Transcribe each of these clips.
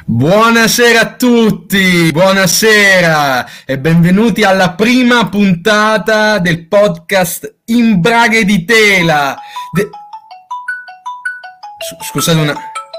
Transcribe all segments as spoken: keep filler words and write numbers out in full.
Buonasera a tutti, buonasera e benvenuti alla prima puntata del podcast In Braghe di Tela. De... Scusate una...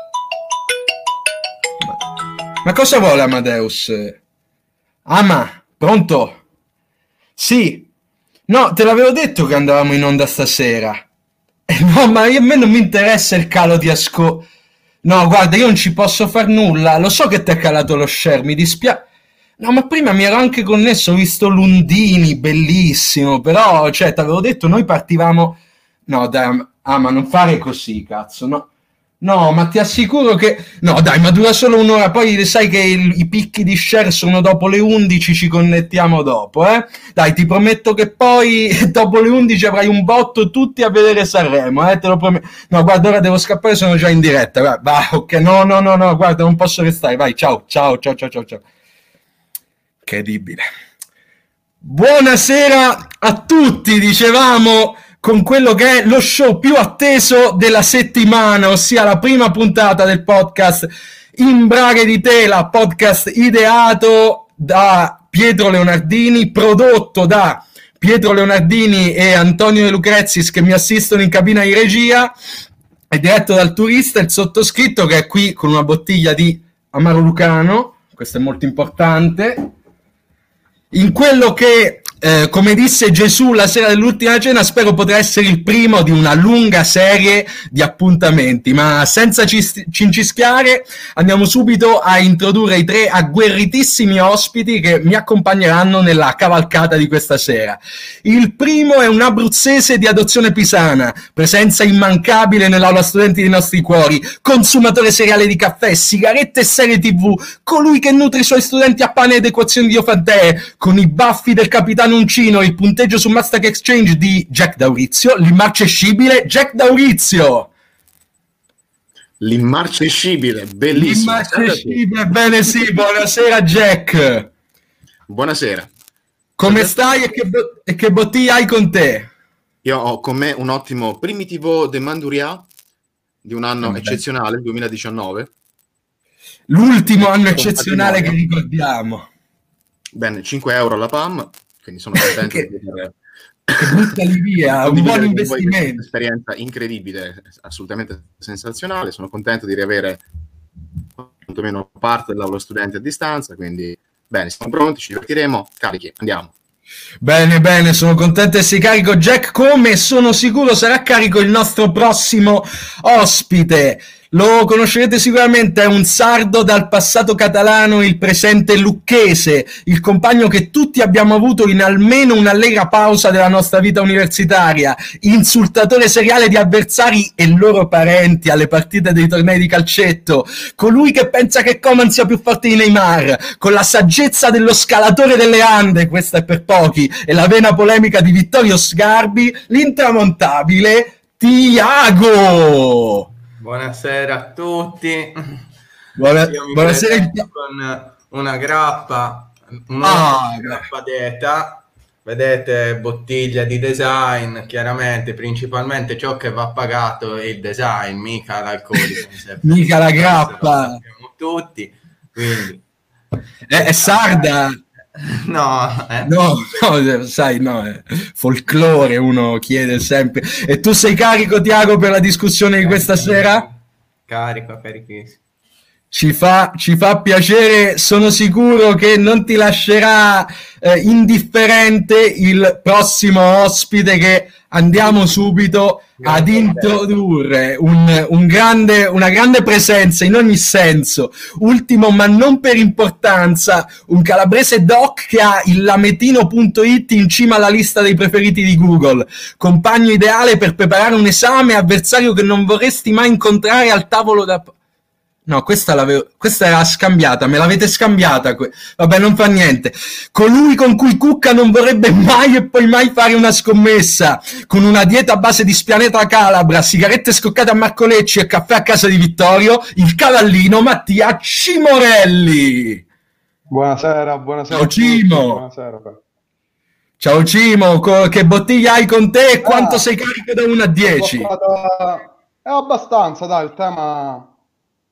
Ma cosa vuole Amadeus? Ama, pronto? Sì. No, te l'avevo detto che andavamo in onda stasera. Eh, no, ma io, a me non mi interessa il calo di ascolto. No, guarda, io non ci posso far nulla. Lo so che ti è calato lo share, mi dispiace. No, ma prima mi ero anche connesso, ho visto Lundini, bellissimo. Però, cioè, ti avevo detto, noi partivamo... No, dai, ah, ma non fare così, cazzo, no. No, ma ti assicuro che... No, dai, ma dura solo un'ora, poi sai che il, i picchi di share sono dopo le undici, ci connettiamo dopo, eh? Dai, ti prometto che poi dopo le undici avrai un botto tutti a vedere Sanremo, eh? Te lo prometto. No, guarda, ora devo scappare, sono già in diretta. Va, va, ok, no, no, no, no, guarda, non posso restare, vai, ciao, ciao, ciao, ciao, ciao, ciao. Incredibile. Buonasera a tutti, dicevamo... con quello che è lo show più atteso della settimana, ossia la prima puntata del podcast In Braghe di Tela, podcast ideato da Pietro Leonardini, prodotto da Pietro Leonardini e Antonio De Lucrezis che mi assistono in cabina di regia, è diretto dal turista, il sottoscritto che è qui con una bottiglia di Amaro Lucano, questo è molto importante, in quello che... Eh, come disse Gesù la sera dell'ultima cena, spero potrà essere il primo di una lunga serie di appuntamenti, ma senza cincischiare andiamo subito a introdurre i tre agguerritissimi ospiti che mi accompagneranno nella cavalcata di questa sera. Il primo è un abruzzese di adozione pisana, presenza immancabile nell'aula studenti dei nostri cuori, consumatore seriale di caffè, sigarette e serie tv, colui che nutre i suoi studenti a pane ed equazioni di Ofantee, con i baffi del capitano Uncino, il punteggio su Mustang Exchange di Jack Daurizio, l'immarcescibile Jack Daurizio. L'immarcescibile, bellissimo. L'immarcescibile, bene sì, buonasera Jack. Buonasera. Come stai e che, bo- e che bottiglia hai con te? Io ho con me un ottimo Primitivo de Manduria di un anno okay. eccezionale, il duemiladiciannove. L'ultimo anno eccezionale che ricordiamo. Bene, cinque euro alla P A M, quindi sono contento che, di vedere. Che buttali via, un buon investimento. Un'esperienza incredibile, assolutamente sensazionale. Sono contento di riavere quantomeno parte dell'aula studenti a distanza, quindi bene, siamo pronti, ci divertiremo, carichi, andiamo. Bene, bene, sono contento di essere carico Jack, come sono sicuro sarà carico il nostro prossimo ospite. Lo conoscerete sicuramente, è un sardo dal passato catalano, il presente lucchese, il compagno che tutti abbiamo avuto in almeno un'allegra pausa della nostra vita universitaria, insultatore seriale di avversari e loro parenti alle partite dei tornei di calcetto, colui che pensa che Coman sia più forte di Neymar, con la saggezza dello scalatore delle Ande, questa è per pochi, e la vena polemica di Vittorio Sgarbi, l'intramontabile Tiago! Buonasera a tutti. Buona, buonasera con una grappa, una ah, grappa d'eta. Vedete, bottiglia di design, chiaramente, principalmente ciò che va pagato è il design, mica l'alcolico. Mica la grappa. Tutti, quindi. È, è sarda. No, eh. no, no, sai, no, è folklore, uno chiede sempre. E tu sei carico, Tiago, per la discussione di questa eh, sera? Carico, carichissimo. Ci fa, ci fa piacere, sono sicuro che non ti lascerà eh, indifferente il prossimo ospite che andiamo subito ad introdurre, un, un grande, una grande presenza in ogni senso, ultimo ma non per importanza, un calabrese doc che ha il lametino punto it in cima alla lista dei preferiti di Google, compagno ideale per preparare un esame, avversario che non vorresti mai incontrare al tavolo da... No, questa, l'avevo, questa era scambiata, me l'avete scambiata. Vabbè, non fa niente. Colui con cui Cucca non vorrebbe mai e poi mai fare una scommessa, con una dieta a base di spianeta calabra, sigarette scoccate a Marco Lecci e caffè a casa di Vittorio, il cavallino Mattia Cimorelli. Buonasera, buonasera. Ciao Cimo. Buonasera. Ciao Cimo, che bottiglia hai con te e quanto ah, sei carico da uno a dieci? È abbastanza, dai, il tema...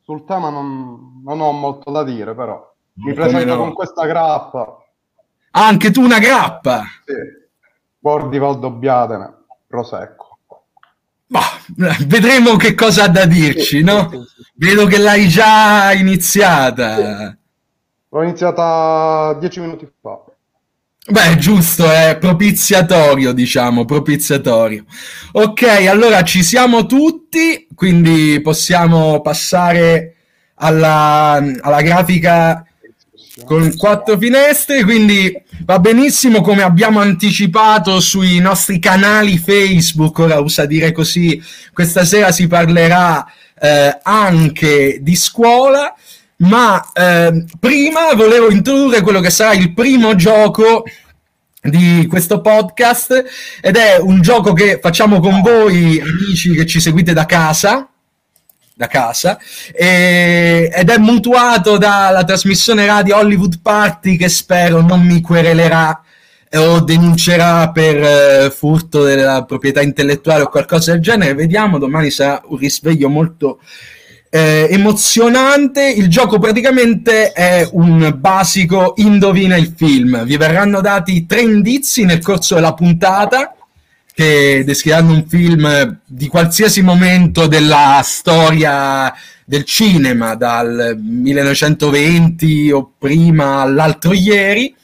sul tema non, non ho molto da dire, però mi presento no? con questa grappa. Ah, anche tu una grappa? Sì, Bordi Valdobbiadene, Prosecco. Bah, vedremo che cosa ha da dirci, sì, no? Sì, sì, sì. Vedo che l'hai già iniziata. Sì. L'ho iniziata dieci minuti fa. Beh, giusto, è propiziatorio, diciamo, propiziatorio. Ok, allora ci siamo tutti, quindi possiamo passare alla, alla grafica con quattro finestre, quindi va benissimo, come abbiamo anticipato sui nostri canali Facebook, ora usa dire così, questa sera si parlerà eh, anche di scuola. Ma eh, prima volevo introdurre quello che sarà il primo gioco di questo podcast, ed è un gioco che facciamo con voi amici che ci seguite da casa da casa e, ed è mutuato dalla trasmissione radio Hollywood Party, che spero non mi querelerà o denuncerà per eh, furto della proprietà intellettuale o qualcosa del genere. Vediamo, domani sarà un risveglio molto Eh, emozionante. Il gioco praticamente è un basico indovina il film. Vi verranno dati tre indizi nel corso della puntata che descriveranno un film di qualsiasi momento della storia del cinema, dal millenovecentoventi o prima all'altro ieri,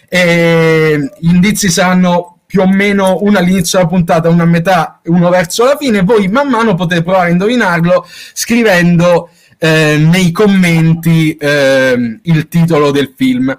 e gli indizi saranno più o meno uno all'inizio della puntata, uno a metà e uno verso la fine. Voi man mano potete provare a indovinarlo scrivendo eh, nei commenti eh, il titolo del film.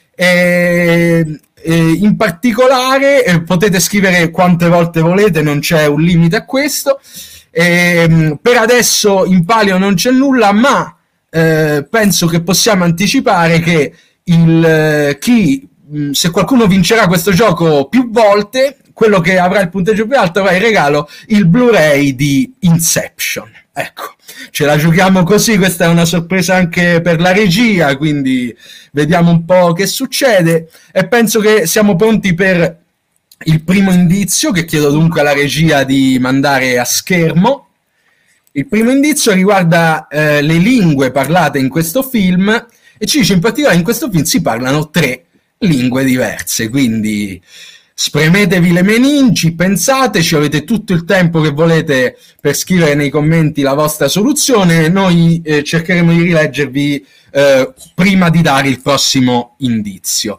E, e in particolare eh, potete scrivere quante volte volete, non c'è un limite a questo. E, per adesso in palio non c'è nulla, ma eh, penso che possiamo anticipare che il chi se qualcuno vincerà questo gioco più volte, quello che avrà il punteggio più alto avrà in regalo il Blu-ray di Inception. Ecco, ce la giochiamo così, questa è una sorpresa anche per la regia, quindi vediamo un po' che succede, e penso che siamo pronti per il primo indizio, che chiedo dunque alla regia di mandare a schermo. Il primo indizio riguarda eh, le lingue parlate in questo film, e ci dice in particolare in questo film si parlano tre lingue diverse, quindi spremetevi le meningi, pensateci, avete tutto il tempo che volete per scrivere nei commenti la vostra soluzione. Noi eh, cercheremo di rileggervi eh, prima di dare il prossimo indizio.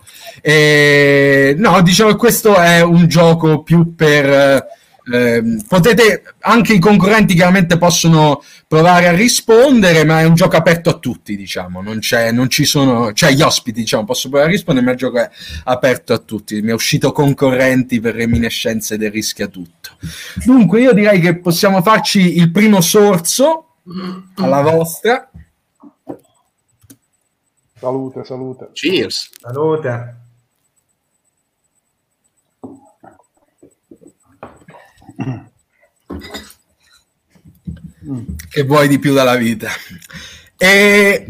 E, no, diciamo che questo è un gioco più per eh, potete, anche i concorrenti chiaramente possono provare a rispondere, ma è un gioco aperto a tutti, diciamo, non c'è, non ci sono, cioè gli ospiti, diciamo, possono provare a rispondere, ma il gioco è aperto a tutti. Mi è uscito concorrenti per reminiscenze del rischia tutto. Dunque io direi che possiamo farci il primo sorso alla vostra. Salute, salute. Cheers. Salute. Che vuoi di più dalla vita? E,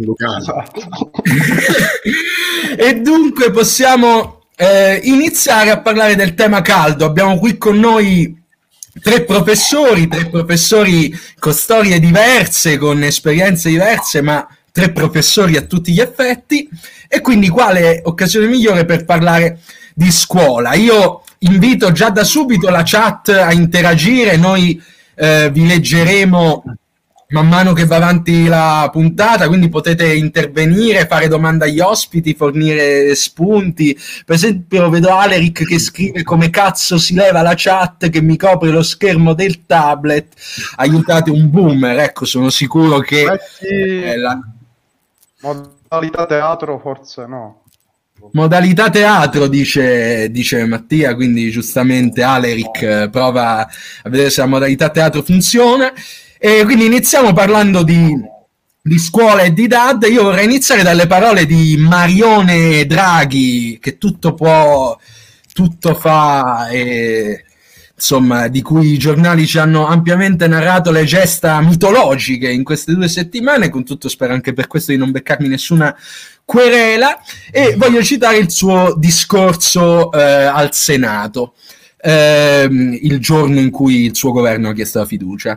e dunque possiamo eh, iniziare a parlare del tema caldo. Abbiamo qui con noi tre professori, tre professori con storie diverse, con esperienze diverse, ma tre professori a tutti gli effetti, e quindi quale occasione migliore per parlare di scuola? Io invito già da subito la chat a interagire, noi eh, vi leggeremo man mano che va avanti la puntata, quindi potete intervenire, fare domande agli ospiti, fornire spunti. Per esempio vedo Aleric che scrive: come cazzo si leva la chat che mi copre lo schermo del tablet, aiutate un boomer. Ecco, sono sicuro che eh, la... modalità teatro forse no. Modalità teatro, dice, dice Mattia, quindi giustamente Aleric eh, prova a vedere se la modalità teatro funziona. E quindi iniziamo parlando di, di scuola e di D A D. Io vorrei iniziare dalle parole di Marione Draghi, che tutto può, tutto fa, e, insomma, di cui i giornali ci hanno ampiamente narrato le gesta mitologiche in queste due settimane. Con tutto spero anche per questo di non beccarmi nessuna querela, e voglio citare il suo discorso eh, al Senato eh, il giorno in cui il suo governo ha chiesto la fiducia.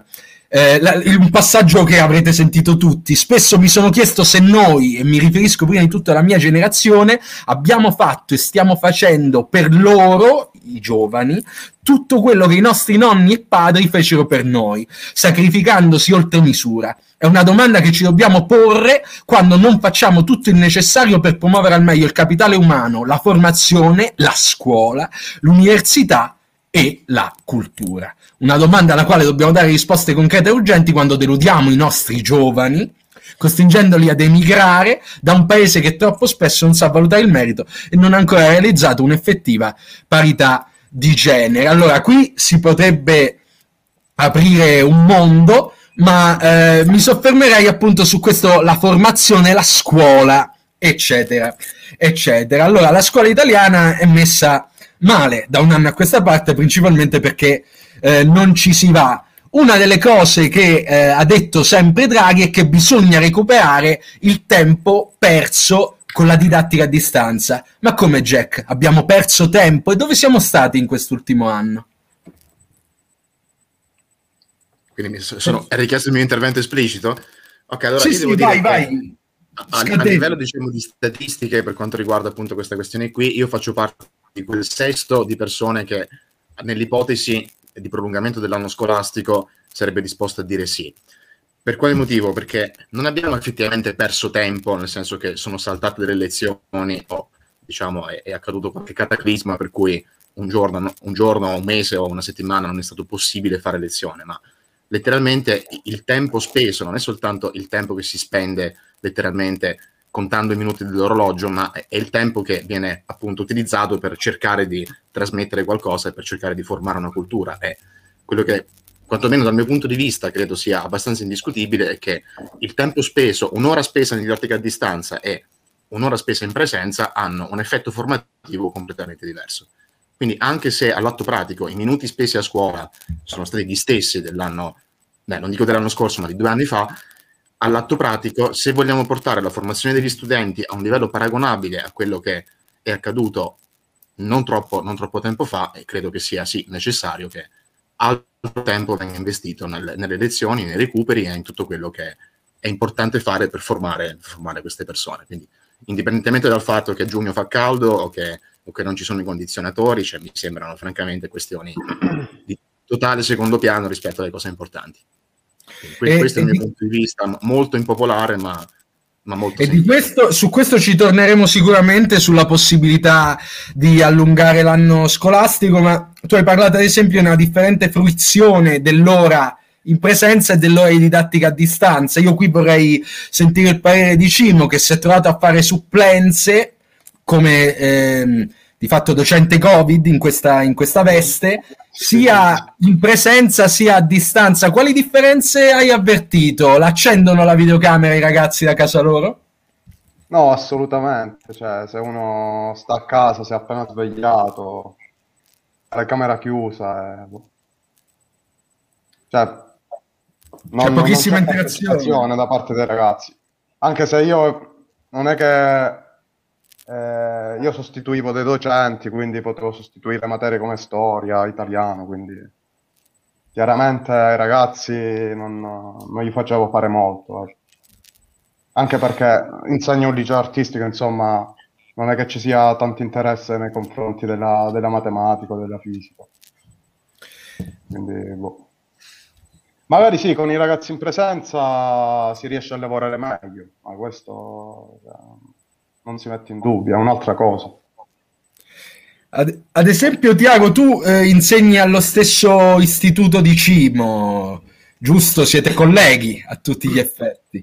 Eh, la, un passaggio che avrete sentito tutti. Spesso mi sono chiesto se noi, e mi riferisco prima di tutto alla mia generazione, abbiamo fatto e stiamo facendo per loro, i giovani, tutto quello che i nostri nonni e padri fecero per noi, sacrificandosi oltre misura. È una domanda che ci dobbiamo porre quando non facciamo tutto il necessario per promuovere al meglio il capitale umano, la formazione, la scuola, l'università e la cultura. Una domanda alla quale dobbiamo dare risposte concrete e urgenti quando deludiamo i nostri giovani, costringendoli ad emigrare da un paese che troppo spesso non sa valutare il merito e non ha ancora realizzato un'effettiva parità di genere. Allora, qui si potrebbe aprire un mondo, ma eh, mi soffermerei appunto su questo, la formazione, la scuola, eccetera, eccetera. Allora, la scuola italiana è messa male da un anno a questa parte, principalmente perché eh, non ci si va. Una delle cose che eh, ha detto sempre Draghi è che bisogna recuperare il tempo perso con la didattica a distanza. Ma come, Jack? Abbiamo perso tempo? E dove siamo stati in quest'ultimo anno? Quindi mi sono, è richiesto il mio intervento esplicito? Ok, allora sì, io sì, devo vai, dire vai. A, a livello, diciamo, di statistiche per quanto riguarda appunto questa questione qui, io faccio parte di quel sesto di persone che nell'ipotesi di prolungamento dell'anno scolastico sarebbe disposto a dire sì. Per quale motivo? Perché non abbiamo effettivamente perso tempo, nel senso che sono saltate delle lezioni o diciamo è, è accaduto qualche cataclisma per cui un giorno, un giorno, un mese o una settimana non è stato possibile fare lezione, ma letteralmente il tempo speso non è soltanto il tempo che si spende letteralmente contando i minuti dell'orologio, ma è il tempo che viene appunto utilizzato per cercare di trasmettere qualcosa e per cercare di formare una cultura. E quello che, quantomeno dal mio punto di vista, credo sia abbastanza indiscutibile è che il tempo speso, un'ora spesa in didattica a distanza e un'ora spesa in presenza hanno un effetto formativo completamente diverso. Quindi anche se all'atto pratico i minuti spesi a scuola sono stati gli stessi dell'anno, beh, non dico dell'anno scorso, ma di due anni fa, all'atto pratico, se vogliamo portare la formazione degli studenti a un livello paragonabile a quello che è accaduto non troppo, non troppo tempo fa, e credo che sia sì necessario che altro tempo venga investito nel, nelle lezioni, nei recuperi e in tutto quello che è importante fare per formare, per formare queste persone. Quindi, indipendentemente dal fatto che a giugno fa caldo o che, o che non ci sono i condizionatori, cioè, mi sembrano francamente questioni di totale secondo piano rispetto alle cose importanti. Quindi, e, questo è il mio di, punto di vista, molto impopolare, ma, ma molto e di questo, su questo ci torneremo sicuramente, sulla possibilità di allungare l'anno scolastico, ma tu hai parlato ad esempio di una differente fruizione dell'ora in presenza e dell'ora di didattica a distanza. Io qui vorrei sentire il parere di Cimo, che si è trovato a fare supplenze come ehm, di fatto docente Covid in questa, in questa veste, sia in presenza sia a distanza. Quali differenze hai avvertito? L'accendono la videocamera i ragazzi da casa loro? No, assolutamente. Cioè, se uno sta a casa, si è appena svegliato, la camera chiusa, eh... cioè, non, c'è pochissima non c'è interazione da parte dei ragazzi. Anche se io non è che Eh, io sostituivo dei docenti, quindi potevo sostituire materie come storia, italiano, quindi chiaramente ai ragazzi non, non gli facevo fare molto, eh. Anche perché insegno un liceo artistico, insomma, non è che ci sia tanto interesse nei confronti della, della matematica o della fisica. Quindi, boh. Magari sì, con i ragazzi in presenza si riesce a lavorare meglio, ma questo... non si mette in dubbio, è un'altra cosa. Ad, ad esempio, Tiago, tu eh, insegni allo stesso istituto di Cimo, giusto? Siete colleghi a tutti gli effetti.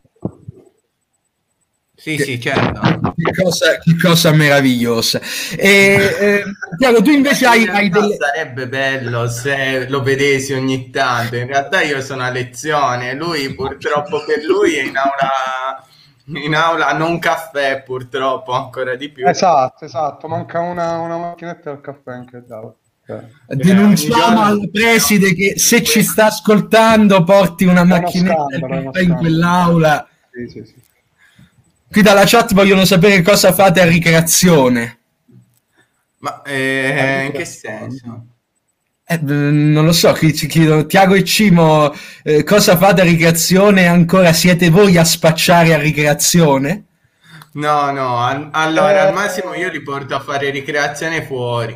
Sì, che, sì, certo. Che cosa, che cosa meravigliosa. E, eh, Tiago, tu invece hai, hai delle... Sarebbe bello se lo vedessi ogni tanto. In realtà io sono a lezione, lui purtroppo per lui è in aula... in aula non caffè, purtroppo, ancora di più. Esatto, esatto, manca una, una macchinetta del caffè anche là. Okay. Denunciamo al preside che se ci sta ascoltando porti una macchinetta del caffè in quell'aula. Sì, sì, sì. Qui dalla chat vogliono sapere cosa fate a ricreazione. Ma eh, in che senso? Eh, non lo so, chi, chi, Tiago e Cimo, eh, cosa fate a ricreazione? Ancora siete voi a spacciare a ricreazione? No, no, al, allora al massimo io li porto a fare ricreazione fuori.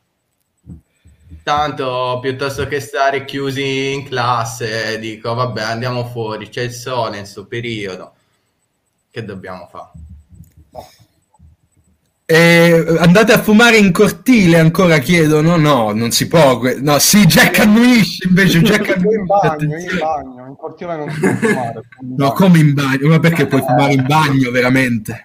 Tanto piuttosto che stare chiusi in classe, dico vabbè, andiamo fuori, c'è il sole in questo periodo. Che dobbiamo fare? Eh, andate a fumare in cortile ancora, chiedono? No, non si può. No, sì, Jack annuisce invece. Jack io in bagno, io in bagno, in cortile non si può fumare. No, come in bagno? Ma perché puoi fumare in bagno veramente?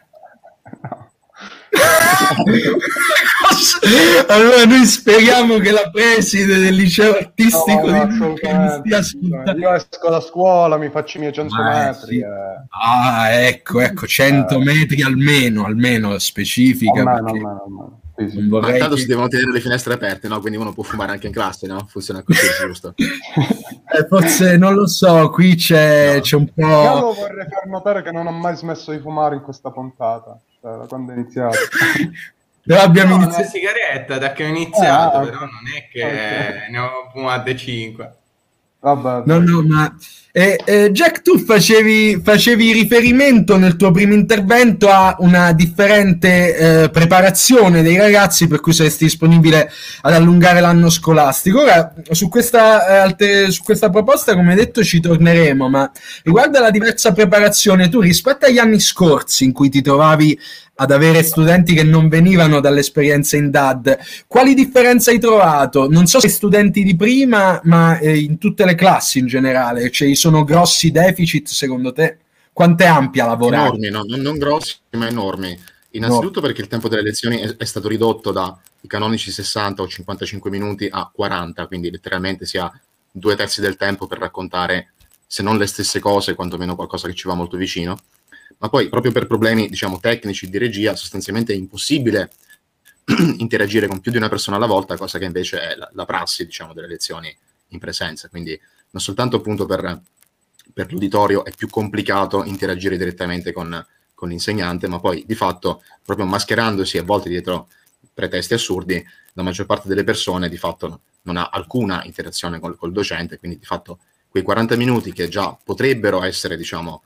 Allora noi speriamo che la preside del liceo artistico no, di Lucca stia ascoltando. Io esco da scuola, mi faccio i miei cento ah, metri sì. e... ah ecco ecco cento eh. metri almeno almeno specifica, almeno, almeno, almeno. Sì, sì. Ma intanto che... si devono tenere le finestre aperte, no? Quindi uno può fumare anche in classe, no? Funziona così, giusto? eh, forse non lo so, qui c'è, no. c'è un po'. Io vorrei far notare che non ho mai smesso di fumare in questa puntata, cioè, da quando è iniziato. Però abbiamo no, iniziato... una sigaretta da che ho iniziato, ah, però non è che okay. ne ho fumate cinque. Vabbè, no, no, ma eh, eh, Jack, tu facevi, facevi riferimento nel tuo primo intervento a una differente eh, preparazione dei ragazzi, per cui saresti disponibile ad allungare l'anno scolastico. Ora, su questa, eh, alte, su questa proposta, come detto, ci torneremo, ma riguardo alla diversa preparazione, tu rispetto agli anni scorsi in cui ti trovavi ad avere studenti che non venivano dall'esperienza in D A D, quali differenze hai trovato? Non so se studenti di prima, ma eh, in tutte le classi in generale, cioè ci sono grossi deficit secondo te? Quanto è ampia lavorare? Enormi, no? non, non grossi ma enormi. Innanzitutto no. Perché il tempo delle lezioni è, è stato ridotto dai canonici sessanta o cinquantacinque minuti a quaranta, quindi letteralmente si ha due terzi del tempo per raccontare, se non le stesse cose, quantomeno qualcosa che ci va molto vicino. Ma poi proprio per problemi, diciamo, tecnici di regia, sostanzialmente è impossibile interagire con più di una persona alla volta, cosa che invece è la, la prassi, diciamo, delle lezioni in presenza. Quindi non soltanto appunto per, per l'uditorio è più complicato interagire direttamente con, con l'insegnante, ma poi di fatto, proprio mascherandosi a volte dietro pretesti assurdi, la maggior parte delle persone di fatto non ha alcuna interazione col, col docente, quindi di fatto quei quaranta minuti che già potrebbero essere, diciamo,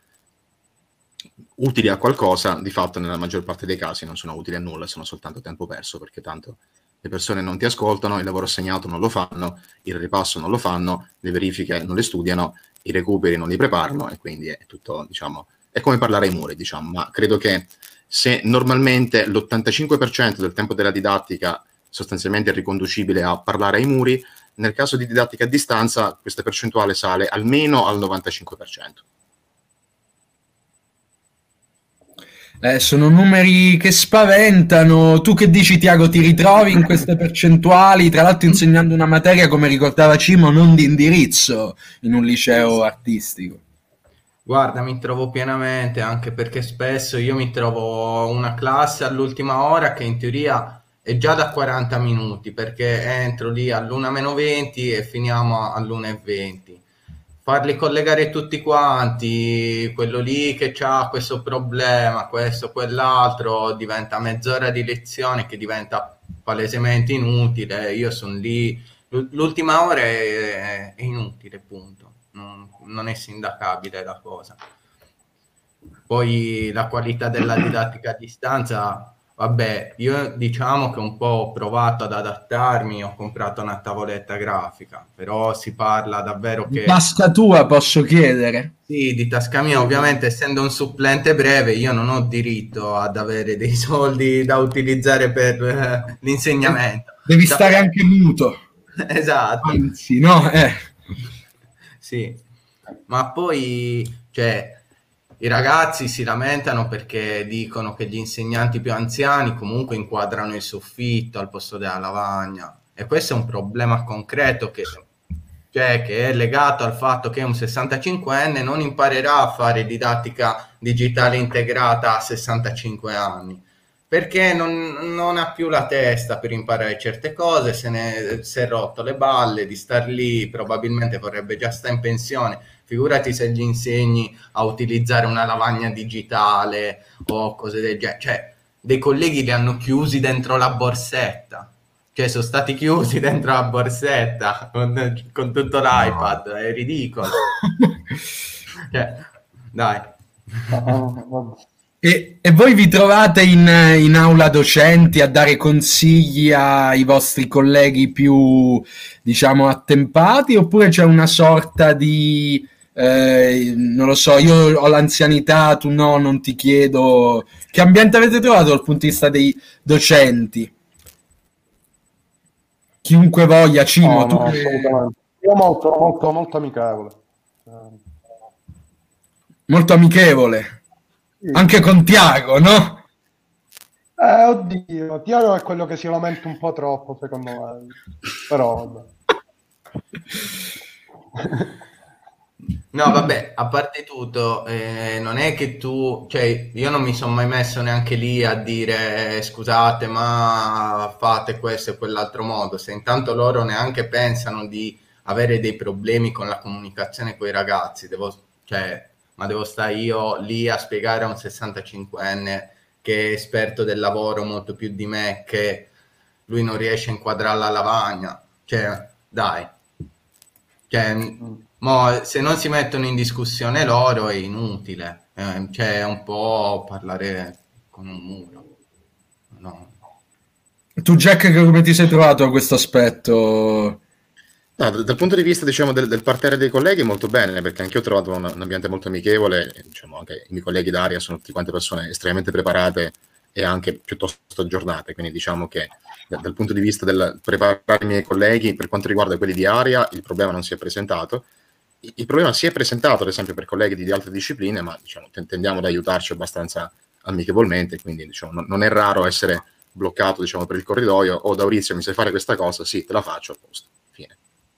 utili a qualcosa, di fatto nella maggior parte dei casi non sono utili a nulla, sono soltanto tempo perso, perché tanto le persone non ti ascoltano, il lavoro assegnato non lo fanno, il ripasso non lo fanno, le verifiche non le studiano, i recuperi non li preparano, e quindi è tutto, diciamo, è come parlare ai muri, diciamo. Ma credo che se normalmente l'ottantacinque per cento del tempo della didattica sostanzialmente è riconducibile a parlare ai muri, nel caso di didattica a distanza questa percentuale sale almeno al novantacinque per cento. Eh, sono numeri che spaventano. Tu che dici, Tiago, ti ritrovi in queste percentuali, tra l'altro insegnando una materia, come ricordava Cimo, non di indirizzo in un liceo artistico? Guarda, mi trovo pienamente, anche perché spesso io mi trovo una classe all'ultima ora che in teoria è già da quaranta minuti, perché entro lì all'una meno venti e finiamo all'una e venti. Farli collegare tutti quanti, quello lì che ha questo problema, questo, quell'altro, diventa mezz'ora di lezione che diventa palesemente inutile. Io sono lì, l'ultima ora è, è inutile, punto, non, non è sindacabile la cosa. Poi la qualità della didattica a distanza, vabbè, io diciamo che un po' ho provato ad adattarmi, ho comprato una tavoletta grafica, però si parla davvero che... Di tasca tua, posso chiedere? Sì, di tasca mia, ovviamente essendo un supplente breve io non ho diritto ad avere dei soldi da utilizzare per eh, l'insegnamento. Devi da... stare anche muto. Esatto. Anzi, no, eh. Sì, ma poi, cioè... I ragazzi si lamentano perché dicono che gli insegnanti più anziani comunque inquadrano il soffitto al posto della lavagna, e questo è un problema concreto che, cioè, che è legato al fatto che un sessantacinquenne non imparerà a fare didattica digitale integrata a sessantacinque anni, perché non, non ha più la testa per imparare certe cose, se ne si è rotto le balle di star lì, probabilmente vorrebbe già stare in pensione. Figurati se gli insegni a utilizzare una lavagna digitale o cose del genere. Cioè, dei colleghi li hanno chiusi dentro la borsetta. cioè sono stati chiusi dentro la borsetta con, con tutto l'iPad, è ridicolo. Cioè, dai. E, e voi vi trovate in, in aula docenti a dare consigli ai vostri colleghi più, diciamo, attempati, oppure c'è una sorta di, eh, non lo so, io ho l'anzianità, tu no, non ti chiedo. Che ambiente avete trovato dal punto di vista dei docenti? Chiunque voglia, Cimo, No, tu no, che... assolutamente. Io molto, molto, molto amichevole. molto amichevole. Sì. Anche con Tiago, no? Eh, oddio, Tiago è quello che si lamenta un po' troppo, secondo me. Però, vabbè. No, vabbè, a parte tutto, eh, non è che tu, cioè, io non mi sono mai messo neanche lì a dire eh, scusate, ma fate questo e quell'altro modo, se intanto loro neanche pensano di avere dei problemi con la comunicazione con i ragazzi, devo, cioè, ma devo stare io lì a spiegare a un sessantacinquenne che è esperto del lavoro molto più di me, che lui non riesce a inquadrare la lavagna, cioè, dai, cioè, mo, se non si mettono in discussione loro è inutile, eh, cioè è un po' parlare con un muro. No. Tu, Jack, come ti sei trovato a questo aspetto? No, dal punto di vista, diciamo, del, del parterre dei colleghi molto bene, perché anche io ho trovato un, un ambiente molto amichevole, diciamo, anche i miei colleghi d'area sono tutti quante persone estremamente preparate e anche piuttosto aggiornate, quindi diciamo che dal, dal punto di vista del preparare i miei colleghi, per quanto riguarda quelli di area, il problema non si è presentato. Il, il problema si è presentato, ad esempio, per colleghi di, di altre discipline, ma diciamo, tendiamo ad aiutarci abbastanza amichevolmente, quindi diciamo, non, non è raro essere bloccato, diciamo, per il corridoio: oh, Maurizio, mi sai fare questa cosa? Sì, te la faccio, a posto, fine.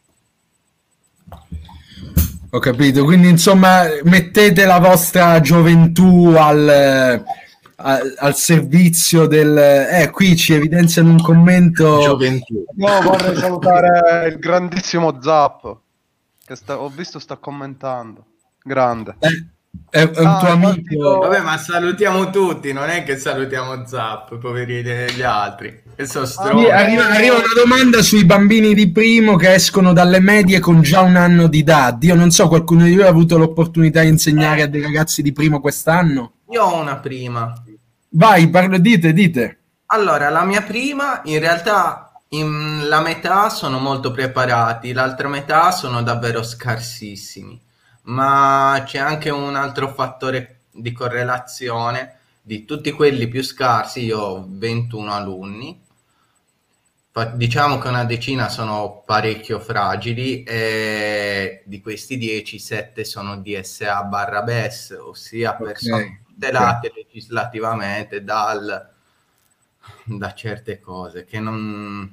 Ho capito, quindi insomma mettete la vostra gioventù al, al, al servizio del... Eh, qui ci evidenziano un commento... Gioventù. Io vorrei salutare il grandissimo Zap, che sta, ho visto sta commentando. Grande. Eh, è, è un Ah, tuo è amico... partito- Vabbè, ma salutiamo tutti, non è che salutiamo Zap, poveri degli altri. Che sono Sì, stronzi. arriva, arriva una domanda sui bambini di primo che escono dalle medie con già un anno di età. Io non so, qualcuno di voi ha avuto l'opportunità di insegnare a dei ragazzi di primo quest'anno? Io ho una prima. Vai, parlo, dite, dite. Allora, la mia prima, in realtà, in, la metà sono molto preparati, l'altra metà sono davvero scarsissimi. Ma c'è anche un altro fattore di correlazione: di tutti quelli più scarsi, io ho ventuno alunni, fa- diciamo che una decina sono parecchio fragili, e di questi dieci, sette sono D S A barra B E S, ossia persone Ok, tutelate okay. legislativamente dal, da certe cose che non...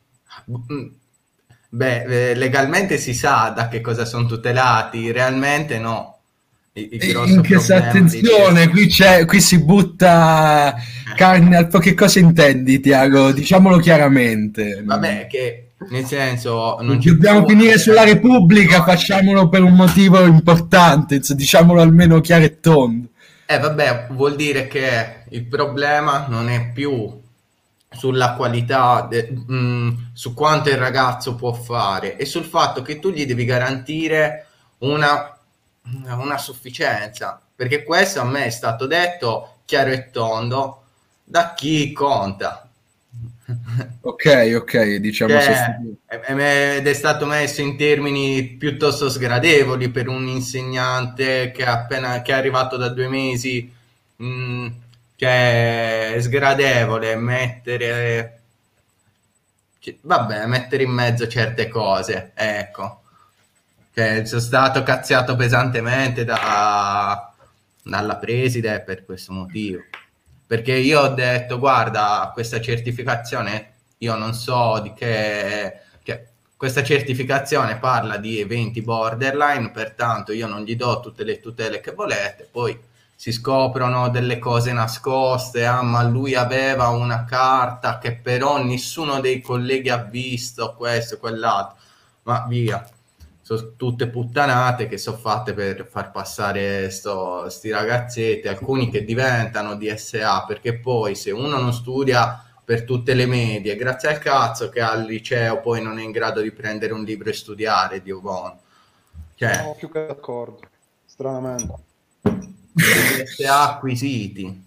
Beh, legalmente si sa da che cosa sono tutelati, realmente no. Il, il grosso In che problema attenzione, di... qui, c'è, qui si butta carne al fuoco. Che cosa intendi, Tiago? Diciamolo chiaramente. Vabbè, che nel senso non dobbiamo più... finire sulla Repubblica, facciamolo per un motivo importante, diciamolo almeno chiaro e tondo. Eh vabbè, vuol dire che il problema non è più sulla qualità, de, mh, su quanto il ragazzo può fare, e sul fatto che tu gli devi garantire una, una sufficienza, perché questo a me è stato detto chiaro e tondo da chi conta. Ok, ok, diciamo Cioè, ed è stato messo in termini piuttosto sgradevoli per un insegnante che è appena che è arrivato da due mesi. Mh, cioè è sgradevole mettere, cioè, vabbè, mettere in mezzo certe cose, ecco. Cioè, sono stato cazziato pesantemente da, dalla preside per questo motivo, perché io ho detto: guarda, questa certificazione io non so di che, che questa certificazione parla di eventi borderline, pertanto io non gli do tutte le tutele che volete. Poi si scoprono delle cose nascoste, ah, ma lui aveva una carta che però nessuno dei colleghi ha visto, questo e quell'altro, ma via. Sono tutte puttanate che sono fatte per far passare sti ragazzetti, alcuni che diventano D S A, perché poi se uno non studia per tutte le medie, grazie al cazzo che al liceo poi non è in grado di prendere un libro e studiare, Dio buono. Cioè, no, più che d'accordo, stranamente. D S A acquisiti.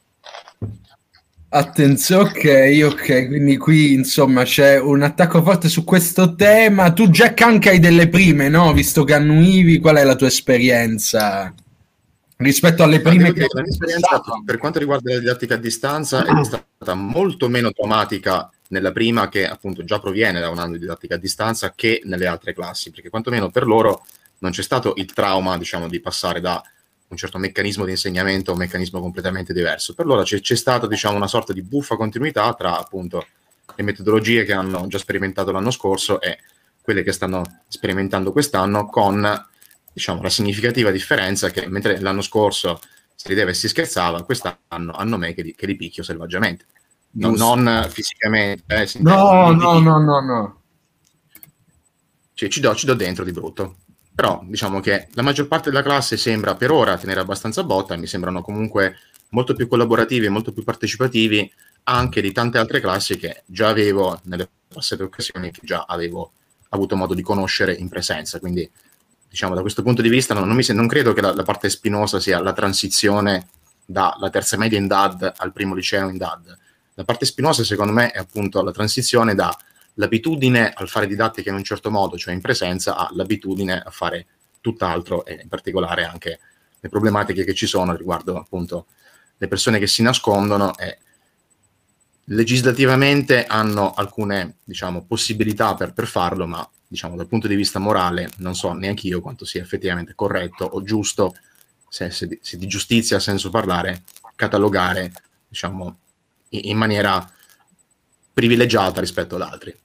Attenzione, ok, ok, quindi qui insomma c'è un attacco forte su questo tema. Tu Jack anche hai delle prime, no? Visto che annuivi, qual è la tua esperienza rispetto alle prime? Che la mia esperienza per quanto riguarda la didattica a distanza è stata molto meno traumatica nella prima, che appunto già proviene da un anno di didattica a distanza, che nelle altre classi, perché quantomeno per loro non c'è stato il trauma, diciamo, di passare da un certo meccanismo di insegnamento a un meccanismo completamente diverso. Per loro c'è, c'è stata, diciamo, una sorta di buffa continuità tra appunto le metodologie che hanno già sperimentato l'anno scorso e quelle che stanno sperimentando quest'anno, con, diciamo, la significativa differenza che mentre l'anno scorso si rideva e si scherzava, quest'anno hanno me che li, che li picchio selvaggiamente. No, non fisicamente. Eh, no, no, no, no, no. Cioè, ci do, ci do dentro di brutto. Però diciamo che la maggior parte della classe sembra per ora tenere abbastanza botta, e mi sembrano comunque molto più collaborativi e molto più partecipativi anche di tante altre classi che già avevo nelle passate occasioni, che già avevo avuto modo di conoscere in presenza. Quindi diciamo da questo punto di vista non, non, mi, non credo che la, la parte spinosa sia la transizione dalla terza media in D A D al primo liceo in D A D. La parte spinosa secondo me è appunto la transizione da l'abitudine al fare didattica in un certo modo, cioè in presenza, all'abitudine a fare tutt'altro, e in particolare anche le problematiche che ci sono riguardo appunto le persone che si nascondono e legislativamente hanno alcune, diciamo, possibilità per, per farlo, ma diciamo dal punto di vista morale non so neanche io quanto sia effettivamente corretto o giusto, se, se, di, se di giustizia ha senso parlare, catalogare, diciamo, in, in maniera privilegiata rispetto ad altri.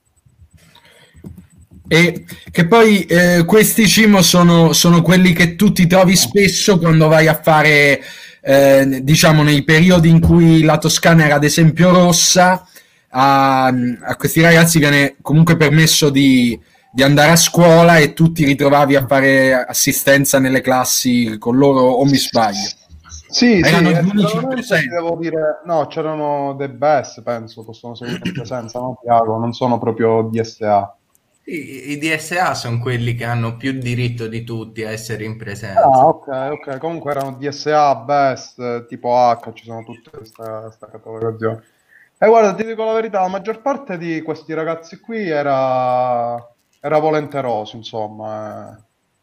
E che poi eh, questi, Cimo, sono, sono quelli che tu ti trovi spesso quando vai a fare, eh, diciamo, nei periodi in cui la Toscana era ad esempio rossa, a, a questi ragazzi viene comunque permesso di, di andare a scuola e tu ti ritrovavi a fare assistenza nelle classi con loro, o mi sbaglio? Sì, erano sì, gli unici in presenza. Devo dire, no, c'erano dei B E S, penso, possono seguire in presenza, no, Tiago? Non sono proprio D S A. I, i D S A sono quelli che hanno più diritto di tutti a essere in presenza. Ah, ok, ok. Comunque erano D S A, B E S, tipo H, ci sono tutte questa, questa catalogazione. E guarda, ti dico la verità, la maggior parte di questi ragazzi qui era, era volenteroso, insomma.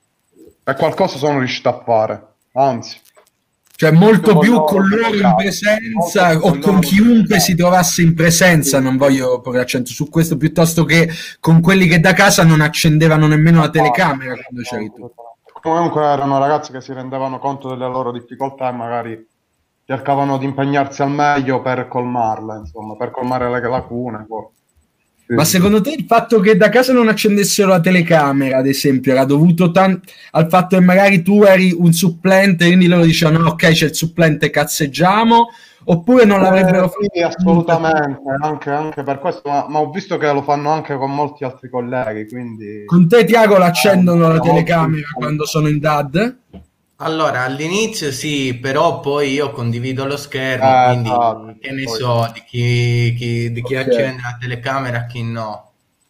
E qualcosa sono riuscito a fare, anzi. Cioè molto più con loro in presenza o con chiunque si trovasse in presenza, non voglio porre accento su questo, piuttosto che con quelli che da casa non accendevano nemmeno la telecamera quando c'eri tu. Comunque erano ragazzi che si rendevano conto delle loro difficoltà e magari cercavano di impegnarsi al meglio per colmarle, insomma, per colmare le lacune. Poi. Ma secondo te il fatto che da casa non accendessero la telecamera, ad esempio, era dovuto tan- al fatto che magari tu eri un supplente, quindi loro dicevano no, ok, c'è il supplente, cazzeggiamo, oppure non l'avrebbero fatto? Eh, sì, assolutamente, anche, anche per questo, ma, ma ho visto che lo fanno anche con molti altri colleghi, quindi... Con te, Tiago, l'accendono eh, la telecamera quando sono in D A D? Allora, all'inizio sì, però poi io condivido lo schermo, Eh, quindi esatto, che ne poi... so di chi, chi, di chi Ok. accende la telecamera e chi no.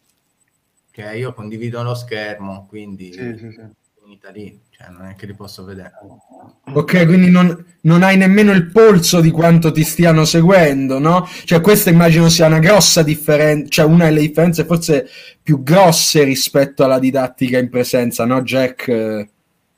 Cioè io condivido lo schermo, quindi Sì, sì, sì. finita lì, cioè non è che li posso vedere. Ok, quindi non, non hai nemmeno il polso di quanto ti stiano seguendo, no? Cioè questa immagino sia una grossa differenza, cioè una delle differenze forse più grosse rispetto alla didattica in presenza, no Jack?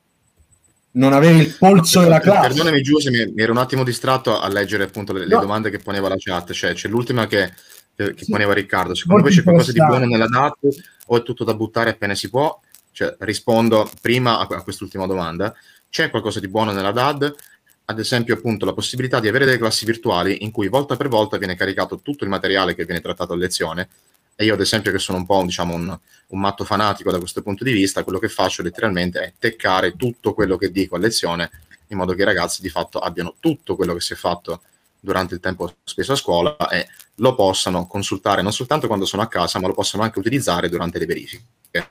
Non avere il polso della classe. Perdonami giù se mi, mi ero un attimo distratto a leggere appunto le, le No. domande che poneva la chat, cioè c'è l'ultima che, che Sì. poneva Riccardo, secondo voi c'è qualcosa di buono nella D A D o è tutto da buttare appena si può? Cioè, rispondo prima a, a quest'ultima domanda, c'è qualcosa di buono nella D A D? Ad esempio appunto la possibilità di avere delle classi virtuali in cui volta per volta viene caricato tutto il materiale che viene trattato a lezione, e io ad esempio che sono un po' diciamo un, un matto fanatico da questo punto di vista, quello che faccio letteralmente è teccare tutto quello che dico a lezione, in modo che i ragazzi di fatto abbiano tutto quello che si è fatto durante il tempo speso a scuola e lo possano consultare non soltanto quando sono a casa, ma lo possano anche utilizzare durante le verifiche.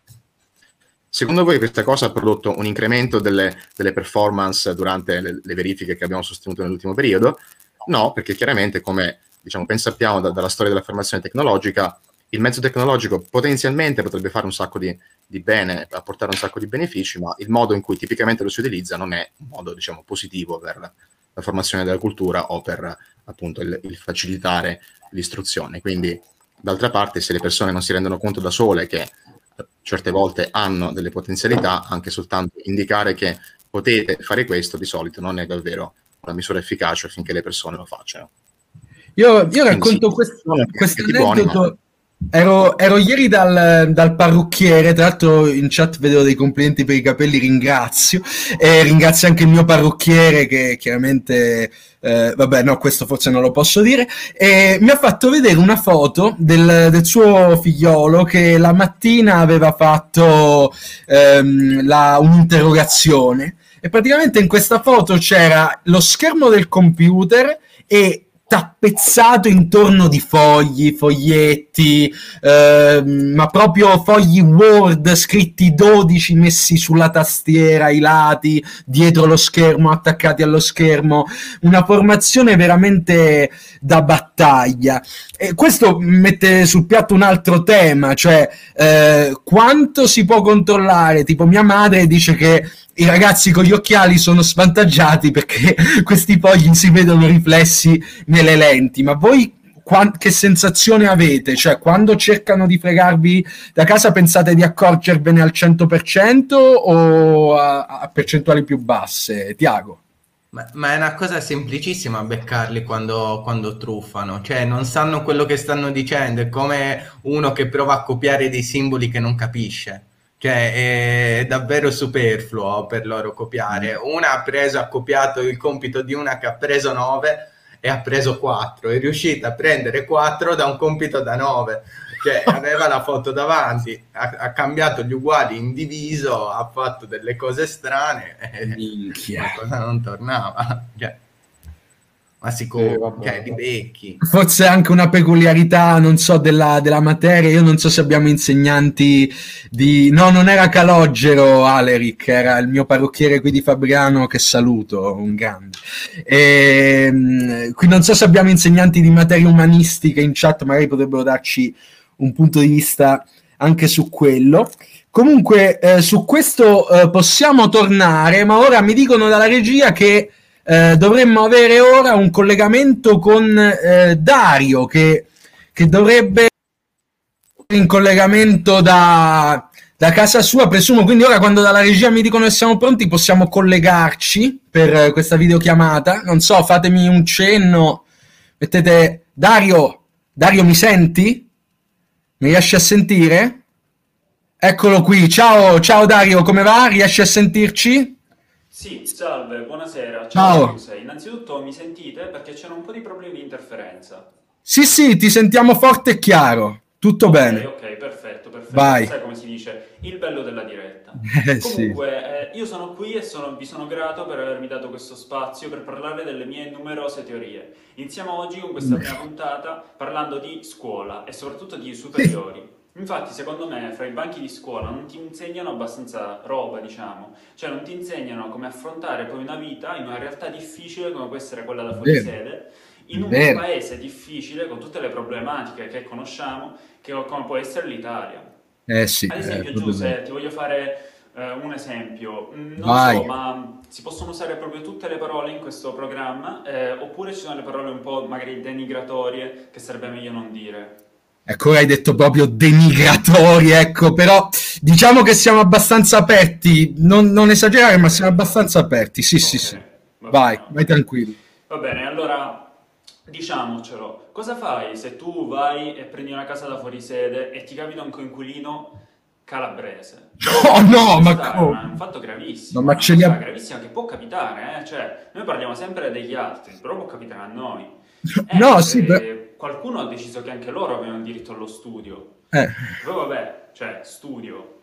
Secondo voi questa cosa ha prodotto un incremento delle, delle performance durante le, le verifiche che abbiamo sostenuto nell'ultimo periodo? No, perché chiaramente come diciamo, ben sappiamo da, dalla storia dell'affermazione tecnologica, il mezzo tecnologico potenzialmente potrebbe fare un sacco di, di bene, apportare un sacco di benefici, ma il modo in cui tipicamente lo si utilizza non è un modo, diciamo, positivo per la formazione della cultura o per appunto il, il facilitare l'istruzione. Quindi, d'altra parte, se le persone non si rendono conto da sole che certe volte hanno delle potenzialità, anche soltanto indicare che potete fare questo di solito non è davvero una misura efficace affinché le persone lo facciano. Io, io racconto sì, questo, questo aneddoto. Buoni, ma... Ero, ero ieri dal, dal parrucchiere, tra l'altro in chat vedevo dei complimenti per i capelli, ringrazio, e ringrazio anche il mio parrucchiere che chiaramente, eh, vabbè no, questo forse non lo posso dire, e mi ha fatto vedere una foto del, del suo figliolo che la mattina aveva fatto ehm, la, un'interrogazione, e praticamente in questa foto c'era lo schermo del computer e tappezzato intorno di fogli, foglietti, eh, ma proprio fogli Word scritti dodici messi sulla tastiera, ai lati, dietro lo schermo, attaccati allo schermo, una formazione veramente da battaglia. E questo mette sul piatto un altro tema, cioè eh, quanto si può controllare. Tipo mia madre dice che i ragazzi con gli occhiali sono svantaggiati perché questi fogli si vedono riflessi nelle lenti, ma voi quant- che sensazione avete? Cioè, quando cercano di fregarvi da casa pensate di accorgervene al cento per cento o a, a percentuali più basse? Tiago? Ma, ma è una cosa semplicissima beccarli quando, quando truffano, cioè non sanno quello che stanno dicendo, è come uno che prova a copiare dei simboli che non capisce. Cioè è davvero superfluo per loro copiare. Una ha preso, ha copiato il compito di una che ha preso nove e ha preso quattro, è riuscita a prendere quattro da un compito da nove, cioè aveva la foto davanti, ha, ha cambiato gli uguali in diviso, ha fatto delle cose strane e la cosa non tornava, cioè, ma sicuro, cioè, di becchi. Forse anche una peculiarità, non so, della, della materia. Io non so se abbiamo insegnanti di... No, non era Calogero, Aleric, era il mio parrucchiere qui di Fabriano, che saluto, un grande. E, qui non so se abbiamo insegnanti di materie umanistiche in chat, magari potrebbero darci un punto di vista anche su quello. Comunque, eh, su questo eh, possiamo tornare, ma ora mi dicono dalla regia che Eh, dovremmo avere ora un collegamento con eh, Dario che, che dovrebbe in collegamento da, da casa sua, presumo. Quindi ora, quando dalla regia mi dicono che siamo pronti, possiamo collegarci per eh, questa videochiamata. Non so, fatemi un cenno, mettete Dario. Dario, mi senti? Mi riesci a sentire? Eccolo qui. Ciao, ciao Dario, come va? Riesci a sentirci? Sì, salve, buonasera. Ciao. Ciao. Innanzitutto mi sentite? Perché c'erano un po' di problemi di interferenza. Sì, sì, ti sentiamo forte e chiaro. Tutto okay, bene. Ok, perfetto, perfetto. Vai. Sai come si dice? Il bello della diretta. Eh, Comunque, sì. eh, io sono qui e sono, vi sono grato per avermi dato questo spazio per parlare delle mie numerose teorie. Iniziamo oggi con questa prima puntata parlando di scuola e soprattutto di superiori. Sì. Infatti, secondo me, fra i banchi di scuola non ti insegnano abbastanza roba, diciamo. Cioè, non ti insegnano come affrontare poi una vita in una realtà difficile come può essere quella da fuori sede, in un Vero. paese difficile, con tutte le problematiche che conosciamo, che come può essere l'Italia. Eh sì. Ad esempio, eh, Giuseppe, ti voglio fare eh, un esempio. Non Vai. so, ma si possono usare proprio tutte le parole in questo programma, eh, oppure ci sono le parole un po' magari denigratorie, che sarebbe meglio non dire? Ecco, hai detto proprio denigratori, ecco, però diciamo che siamo abbastanza aperti, non, non esagerare, ma siamo abbastanza aperti, sì, okay. sì, sì. Vai, vai tranquillo. Va bene, allora diciamocelo, cosa fai se tu vai e prendi una casa da fuori sede e ti capita un coinquilino calabrese? No, no, ma come? È un fatto gravissimo, no, ma ce li ha... gravissimo che può capitare, eh? Cioè, noi parliamo sempre degli altri, però può capitare a noi. Eh, no, sì, eh, beh... Qualcuno ha deciso che anche loro avevano diritto allo studio. Eh. Poi vabbè, cioè, studio.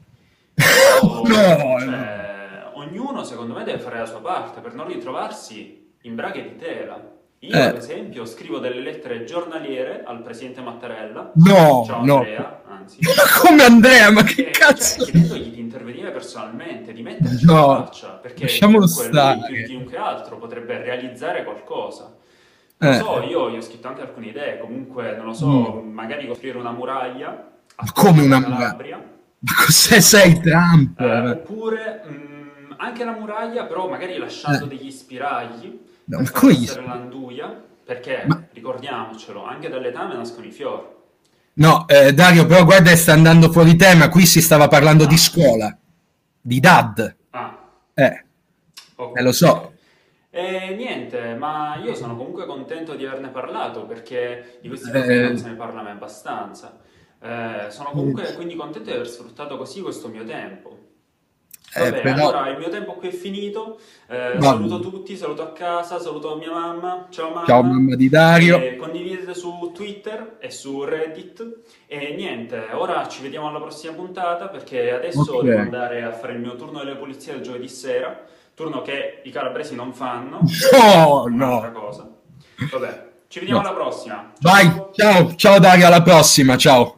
Però, no, cioè, no. Ognuno, secondo me, deve fare la sua parte per non ritrovarsi in braghe di tela. Io, eh. ad esempio, scrivo delle lettere giornaliere al presidente Mattarella. No, Ciao no. Andrea, anzi. Ma come Andrea? Ma che e, cazzo? Cioè, chiedendogli di intervenire personalmente, di metterci no. la faccia. Perché Lasciamolo comunque stare. lui, più di chiunque altro, potrebbe realizzare qualcosa. Non Eh. so, io gli ho scritto anche alcune idee, comunque, non lo so, Mm. magari costruire una muraglia a Come una Calabria. Ma cos'è sei Trump? Eh, oppure mh, anche la muraglia, però magari lasciando Eh. degli spiragli No, per ma far come gli passare l'anduia, perché Ma- ricordiamocelo, anche dalle tane nascono i fiori. No, eh, Dario, però guarda che sta andando fuori tema, qui si stava parlando di scuola, di D A D. Ah, Eh, ok. eh, lo so. E niente, ma io sono comunque contento di averne parlato perché di questi Eh. problemi non se ne parla mai abbastanza. Eh, sono comunque quindi contento di aver sfruttato così questo mio tempo. Va Eh, bene, però- allora il mio tempo qui è finito. Eh, Va saluto bene. tutti, saluto a casa, saluto mia mamma. Ciao mamma. Ciao mamma di Dario. E condividete su Twitter e su Reddit. E niente, ora ci vediamo alla prossima puntata perché adesso Ok. devo andare a fare il mio turno delle pulizie del giovedì sera. Turno che i calabresi non fanno. No, Un'altra no. cosa. Vabbè, ci vediamo No. alla prossima. Vai, ciao, ciao Dario, alla prossima, ciao.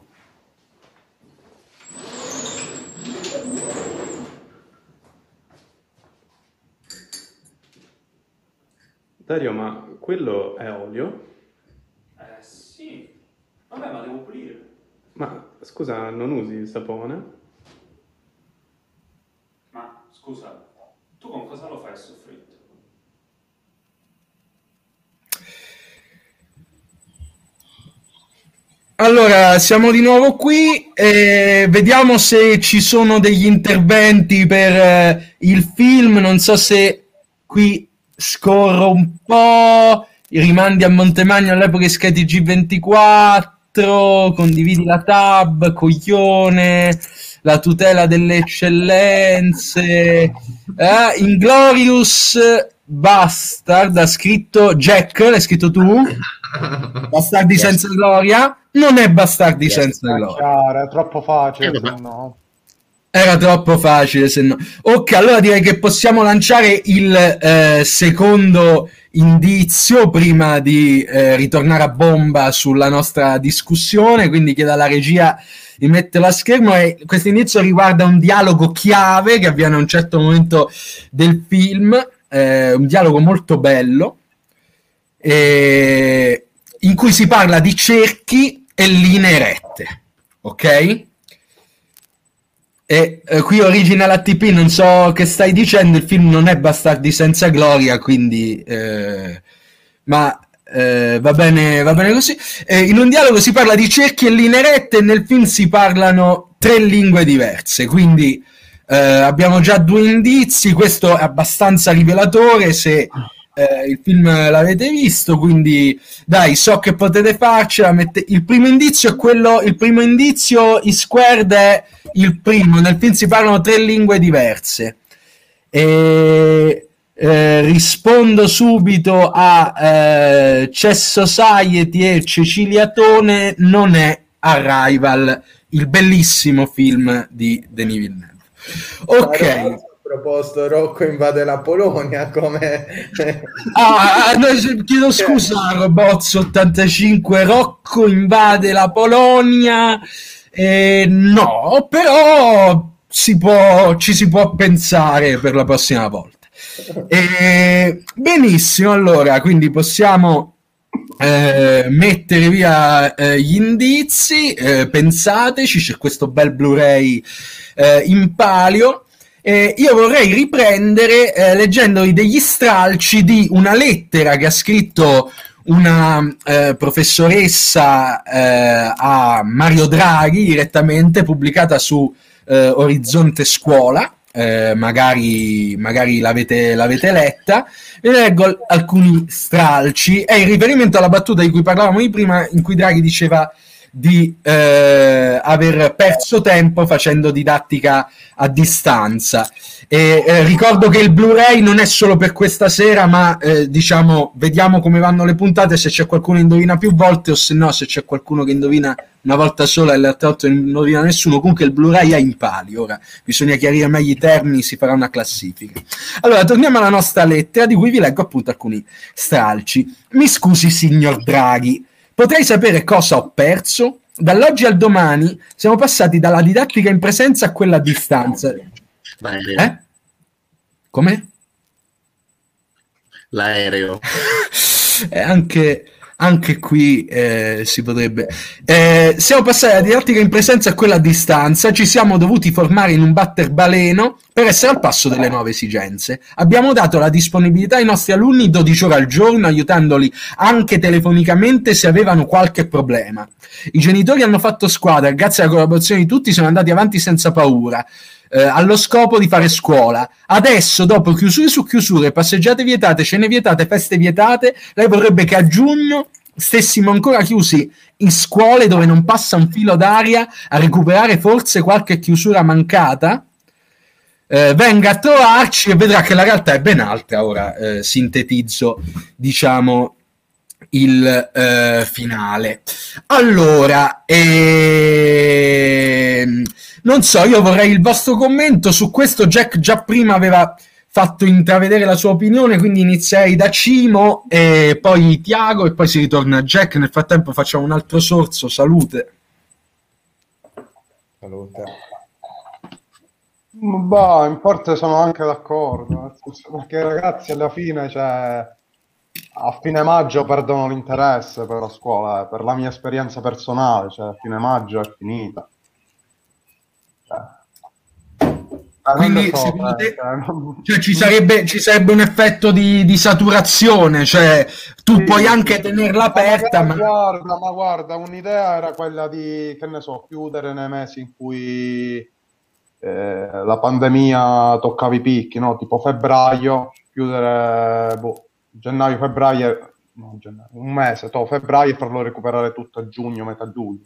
Dario, ma quello è olio? Eh sì. Vabbè, ma devo pulire. Ma scusa, non usi il sapone? Ma scusa, tu con cosa lo fai il soffritto? Allora, siamo di nuovo qui e vediamo se ci sono degli interventi per eh, il film. Non so se qui scorro un po'. I rimandi a Montemagno all'epoca di Sky T G ventiquattro, condividi la tab, coglione, la tutela delle eccellenze. Eh, Inglorious Bastard ha scritto Jack, l'hai scritto tu? Bastardi Yes. senza gloria? Non è Bastardi Yes. senza È gloria. chiaro, è troppo facile, Eh, vabbè. se no. Era troppo facile, se no. Ok, allora direi che possiamo lanciare il eh, secondo indizio prima di eh, ritornare a bomba sulla nostra discussione, quindi chiedo alla regia di metterlo a schermo e questo indizio riguarda un dialogo chiave che avviene a un certo momento del film, eh, un dialogo molto bello, eh, in cui si parla di cerchi e linee rette, ok? E eh, qui Original A T P, non so che stai dicendo, il film non è Bastardi senza gloria, quindi eh, ma eh, va bene, va bene così. Eh, in un dialogo si parla di cerchi e linee rette e nel film si parlano tre lingue diverse, quindi eh, abbiamo già due indizi, questo è abbastanza rivelatore se eh, il film l'avete visto, quindi dai, so che potete farcela. Mette... Il primo indizio è quello, il primo indizio, i squared è il primo, nel film si parlano tre lingue diverse. E eh, rispondo subito a eh, Chess Society e Ceciliatone, non è Arrival, il bellissimo film di Denis Villeneuve. Ok. Proposto Rocco invade la Polonia come Ah, no, chiedo scusa, Robozzo ottantacinque, Rocco invade la Polonia. Eh, no, però si può, ci si può pensare per la prossima volta. Eh, benissimo, allora, quindi possiamo eh, mettere via eh, gli indizi, eh, pensateci, c'è questo bel Blu-ray eh, in palio. Eh, io vorrei riprendere eh, leggendovi degli stralci di una lettera che ha scritto una eh, professoressa eh, a Mario Draghi direttamente, pubblicata su eh, Orizzonte Scuola, eh, magari, magari l'avete, l'avete letta. Vi leggo alcuni stralci, è in riferimento alla battuta di cui parlavamo di prima, in cui Draghi diceva di eh, aver perso tempo facendo didattica a distanza. E eh, ricordo che il Blu-ray non è solo per questa sera, ma eh, diciamo, vediamo come vanno le puntate, se c'è qualcuno che indovina più volte o se no, se c'è qualcuno che indovina una volta sola e le altre volte non indovina nessuno. Comunque il Blu-ray è in palio, ora bisogna chiarire meglio i termini, si farà una classifica. Allora, torniamo alla nostra lettera, di cui vi leggo appunto alcuni stralci. Mi scusi, signor Draghi, potrei sapere cosa ho perso? Dall'oggi al domani siamo passati dalla didattica in presenza a quella a distanza. L'aereo. Eh? Come? L'aereo. eh, anche, anche qui eh, si potrebbe. Eh, siamo passati dalla didattica in presenza a quella a distanza, ci siamo dovuti formare in un batter baleno per essere al passo delle nuove esigenze. Abbiamo dato la disponibilità ai nostri alunni dodici ore al giorno, aiutandoli anche telefonicamente se avevano qualche problema. I genitori hanno fatto squadra, grazie alla collaborazione di tutti sono andati avanti senza paura. Eh, allo scopo di fare scuola. Adesso, dopo chiusure su chiusure, passeggiate vietate, cene vietate, feste vietate, lei vorrebbe che a giugno stessimo ancora chiusi in scuole dove non passa un filo d'aria a recuperare forse qualche chiusura mancata. Eh, venga a trovarci e vedrà che la realtà è ben altra. Ora eh, sintetizzo, diciamo, il eh, finale. Allora, ehm, non so, io vorrei il vostro commento su questo. Jack già prima aveva fatto intravedere la sua opinione, quindi inizierei da Cimo e poi Tiago e poi si ritorna a Jack. Nel frattempo facciamo un altro sorso. Salute. Salute. Bah, in parte sono anche d'accordo, perché ragazzi alla fine, cioè, a fine maggio perdono l'interesse per la scuola, eh, per la mia esperienza personale, cioè a fine maggio è finita. Cioè, quindi so, secondo eh, te, cioè, cioè, ci, sarebbe, ci sarebbe un effetto di, di saturazione, cioè tu sì, puoi anche tenerla aperta, ma, ma... guarda, ma guarda, un'idea era quella di, che ne so, chiudere nei mesi in cui eh, la pandemia toccava i picchi, no? Tipo febbraio, chiudere boh, gennaio, febbraio, no, gennaio, un mese, to, febbraio, e farlo recuperare tutto a giugno, metà luglio.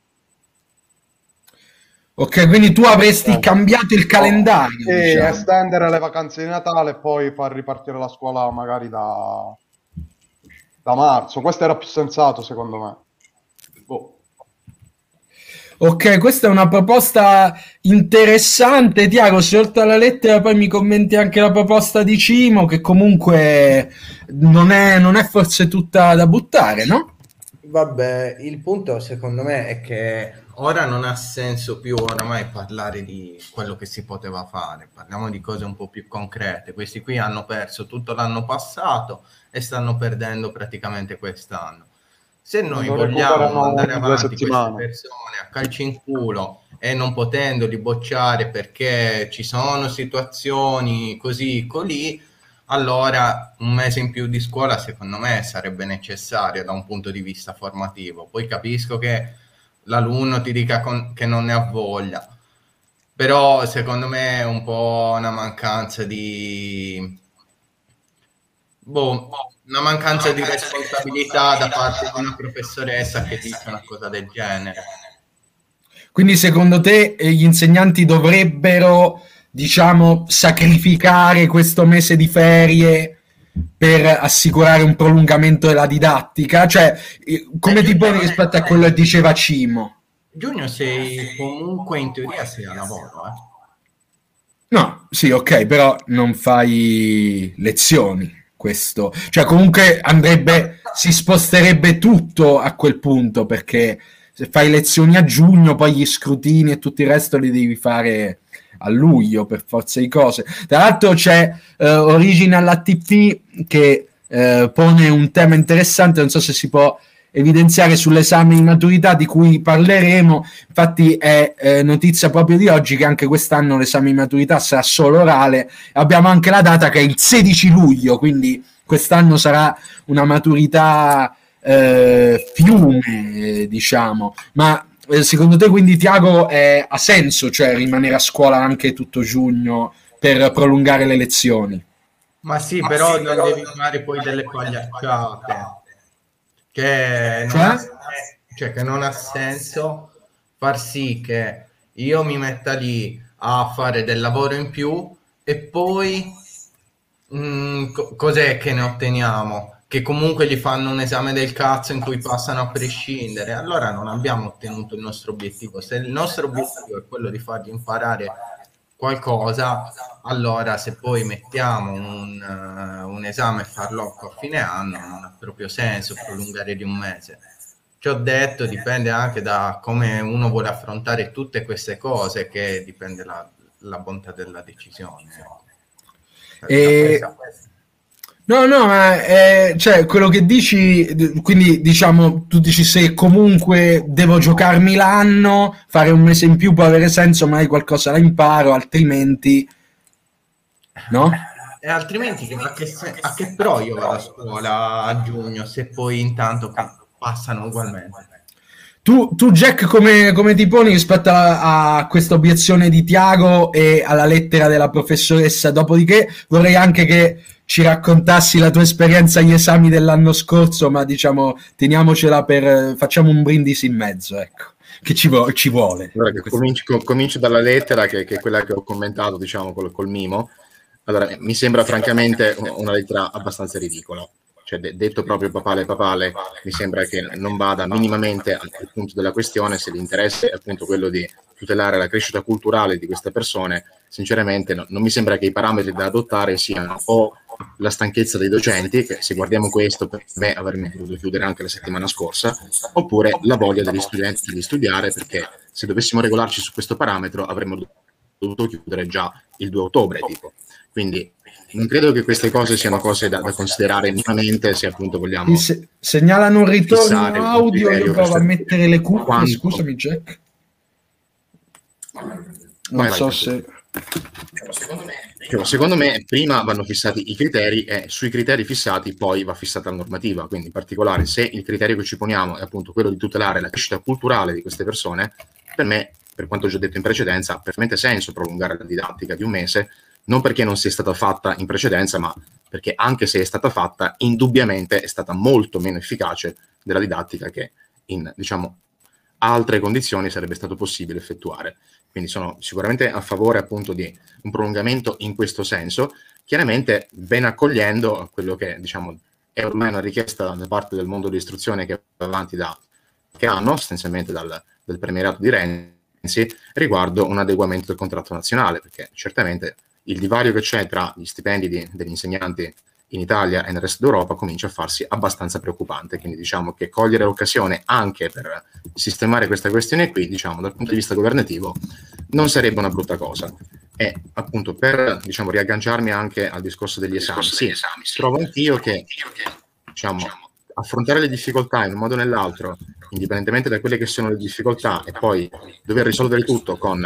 Ok, quindi tu avresti Eh. cambiato il calendario, no, e diciamo. estendere le vacanze di Natale e poi far ripartire la scuola magari da, da marzo. Questo era più sensato, secondo me. Boh. Ok, questa è una proposta interessante. Tiago, se oltre alla lettera poi mi commenti anche la proposta di Cimo, che comunque non è, non è forse tutta da buttare, no? Vabbè, il punto secondo me è che ora non ha senso più oramai parlare di quello che si poteva fare, parliamo di cose un po' più concrete. Questi qui hanno perso tutto l'anno passato e stanno perdendo praticamente quest'anno. Se noi Lo vogliamo recuperano mandare in due avanti queste settimane. persone a calci in culo e non potendoli bocciare perché ci sono situazioni così colì, allora un mese in più di scuola secondo me sarebbe necessario da un punto di vista formativo. Poi capisco che l'alunno ti dica con, che non ne ha voglia, però secondo me è un po' una mancanza di boh, una mancanza di responsabilità da parte di una professoressa che dice una cosa del genere. Quindi secondo te eh, gli insegnanti dovrebbero, diciamo, sacrificare questo mese di ferie per assicurare un prolungamento della didattica? Cioè, eh, come Eh, ti poni giugno- rispetto a quello che diceva Cimo? Giugno sei comunque in teoria sei a lavoro, eh. No, sì, ok, però non fai lezioni. Questo, cioè comunque andrebbe, si sposterebbe tutto a quel punto, perché se fai lezioni a giugno, poi gli scrutini e tutto il resto li devi fare a luglio per forza di cose. Tra l'altro c'è eh, Original A T P che eh, pone un tema interessante, non so se si può evidenziare sull'esame di maturità di cui parleremo. Infatti è eh, notizia proprio di oggi che anche quest'anno l'esame di maturità sarà solo orale. Abbiamo anche la data che è il sedici luglio, quindi quest'anno sarà una maturità eh, fiume, eh, diciamo. Ma eh, secondo te quindi, Tiago, eh, ha senso, cioè, rimanere a scuola anche tutto giugno per prolungare le lezioni? Ma sì, Ma però sì, non però devi fare poi delle pagliacciate. Che non, Cioè? ha, cioè che non ha senso far sì che io mi metta lì a fare del lavoro in più e poi mh, co- cos'è che ne otteniamo? Che comunque gli fanno un esame del cazzo in cui passano a prescindere. Allora non abbiamo ottenuto il nostro obiettivo. Se il nostro obiettivo è quello di fargli imparare qualcosa, allora se poi mettiamo un, uh, un esame farlocco a fine anno non ha proprio senso prolungare di un mese. Ci ho detto, dipende anche da come uno vuole affrontare tutte queste cose, che dipende la, la bontà della decisione. E No, no, ma eh, cioè, quello che dici, quindi diciamo, tu dici se comunque devo giocarmi l'anno, fare un mese in più può avere senso, magari qualcosa la imparo, altrimenti no? E altrimenti che- a che, se- a che pro io vado a scuola a giugno se poi intanto pa- passano ugualmente? Tu, tu Jack, come, come ti poni rispetto a, a questa obiezione di Tiago e alla lettera della professoressa? Dopodiché vorrei anche che ci raccontassi la tua esperienza agli esami dell'anno scorso, ma diciamo, teniamocela per... facciamo un brindisi in mezzo, ecco, che ci, vo- ci vuole. Allora, comincio, comincio dalla lettera, che, che è quella che ho commentato, diciamo, col, col mimo. Allora, mi sembra francamente una lettera abbastanza ridicola. Cioè, de- detto proprio papale papale, mi sembra che non vada minimamente al punto della questione. Se l'interesse è appunto quello di tutelare la crescita culturale di queste persone, sinceramente no, non mi sembra che i parametri da adottare siano o la stanchezza dei docenti, che se guardiamo questo per me avremmo dovuto chiudere anche la settimana scorsa, oppure la voglia degli studenti di studiare, perché se dovessimo regolarci su questo parametro avremmo dovuto chiudere già il due ottobre, tipo. Quindi non credo che queste cose siano cose da, da considerare minimamente, se appunto vogliamo se, segnalano un ritorno fissare un audio, io criterio provo a per mettere le cuffie, quanto- scusami Jack. Non Vai, so vai, se... Cioè, secondo me prima vanno fissati i criteri e sui criteri fissati poi va fissata la normativa. Quindi in particolare, se il criterio che ci poniamo è appunto quello di tutelare la crescita culturale di queste persone, per me, per quanto ho già detto in precedenza, ha perfettamente senso prolungare la didattica di un mese, non perché non sia stata fatta in precedenza, ma perché anche se è stata fatta, indubbiamente è stata molto meno efficace della didattica che in, diciamo, altre condizioni sarebbe stato possibile effettuare. Quindi sono sicuramente a favore appunto di un prolungamento in questo senso, chiaramente ben accogliendo quello che, diciamo, è ormai una richiesta da parte del mondo dell'istruzione che va avanti da che anno, sostanzialmente dal, dal premierato di Renzi, riguardo un adeguamento del contratto nazionale, perché certamente il divario che c'è tra gli stipendi di, degli insegnanti in Italia e nel resto d'Europa comincia a farsi abbastanza preoccupante. Quindi diciamo che cogliere l'occasione anche per sistemare questa questione qui, diciamo, dal punto di vista governativo, non sarebbe una brutta cosa. E appunto per, diciamo, riagganciarmi anche al discorso degli esami, sì, trovo anch'io che, diciamo, affrontare le difficoltà in un modo o nell'altro, indipendentemente da quelle che sono le difficoltà, e poi dover risolvere tutto con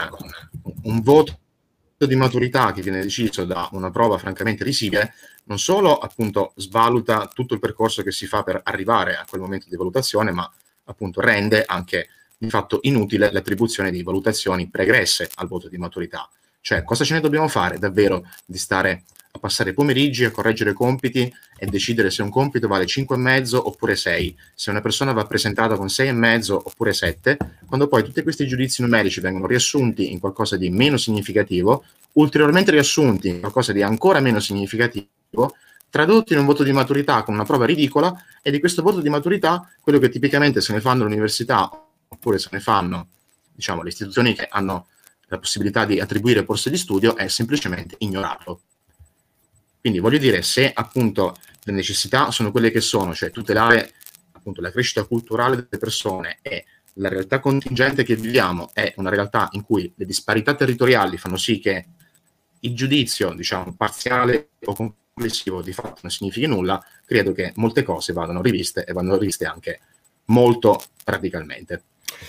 un voto di maturità che viene deciso da una prova francamente risibile, non solo appunto svaluta tutto il percorso che si fa per arrivare a quel momento di valutazione, ma appunto rende anche di fatto inutile l'attribuzione di valutazioni pregresse al voto di maturità. Cioè, cosa ce ne dobbiamo fare davvero di stare a passare pomeriggi a correggere compiti e decidere se un compito vale cinque e mezzo oppure sei, se una persona va presentata con sei e mezzo oppure sette, quando poi tutti questi giudizi numerici vengono riassunti in qualcosa di meno significativo, ulteriormente riassunti in qualcosa di ancora meno significativo, tradotti in un voto di maturità con una prova ridicola, e di questo voto di maturità, quello che tipicamente se ne fanno l'università oppure se ne fanno, diciamo, le istituzioni che hanno la possibilità di attribuire borse di studio, è semplicemente ignorato. Quindi voglio dire, se appunto le necessità sono quelle che sono, cioè tutelare appunto la crescita culturale delle persone, e la realtà contingente che viviamo è una realtà in cui le disparità territoriali fanno sì che il giudizio, diciamo, parziale o complessivo di fatto non significhi nulla, credo che molte cose vadano riviste, e vanno riviste anche molto radicalmente.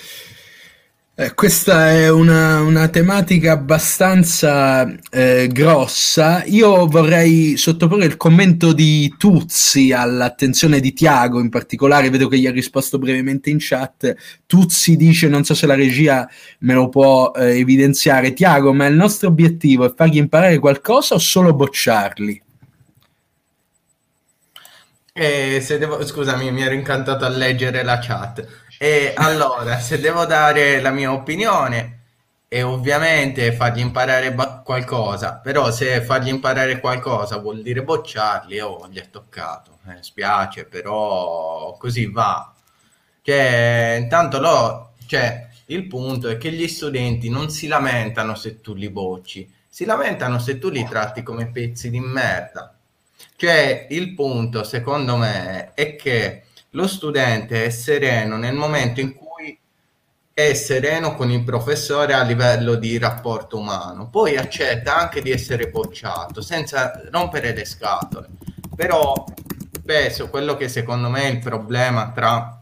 Eh, questa è una, una tematica abbastanza eh, grossa. Io vorrei sottoporre il commento di Tuzzi all'attenzione di Tiago in particolare, vedo che gli ha risposto brevemente in chat. Tuzzi dice, non so se la regia me lo può eh, evidenziare: Tiago, ma il nostro obiettivo è fargli imparare qualcosa o solo bocciarli? Eh, se devo, scusami, mi ero incantato a leggere la chat. E allora, se devo dare la mia opinione, è ovviamente fargli imparare ba- qualcosa, però se fargli imparare qualcosa vuol dire bocciarli, oh, gli è toccato, eh, spiace, però così va. Cioè, intanto lo, cioè, il punto è che gli studenti non si lamentano se tu li bocci, si lamentano se tu li tratti come pezzi di merda. Cioè, il punto, secondo me, è che lo studente è sereno nel momento in cui è sereno con il professore a livello di rapporto umano, poi accetta anche di essere bocciato senza rompere le scatole. però spesso quello che secondo me è il problema tra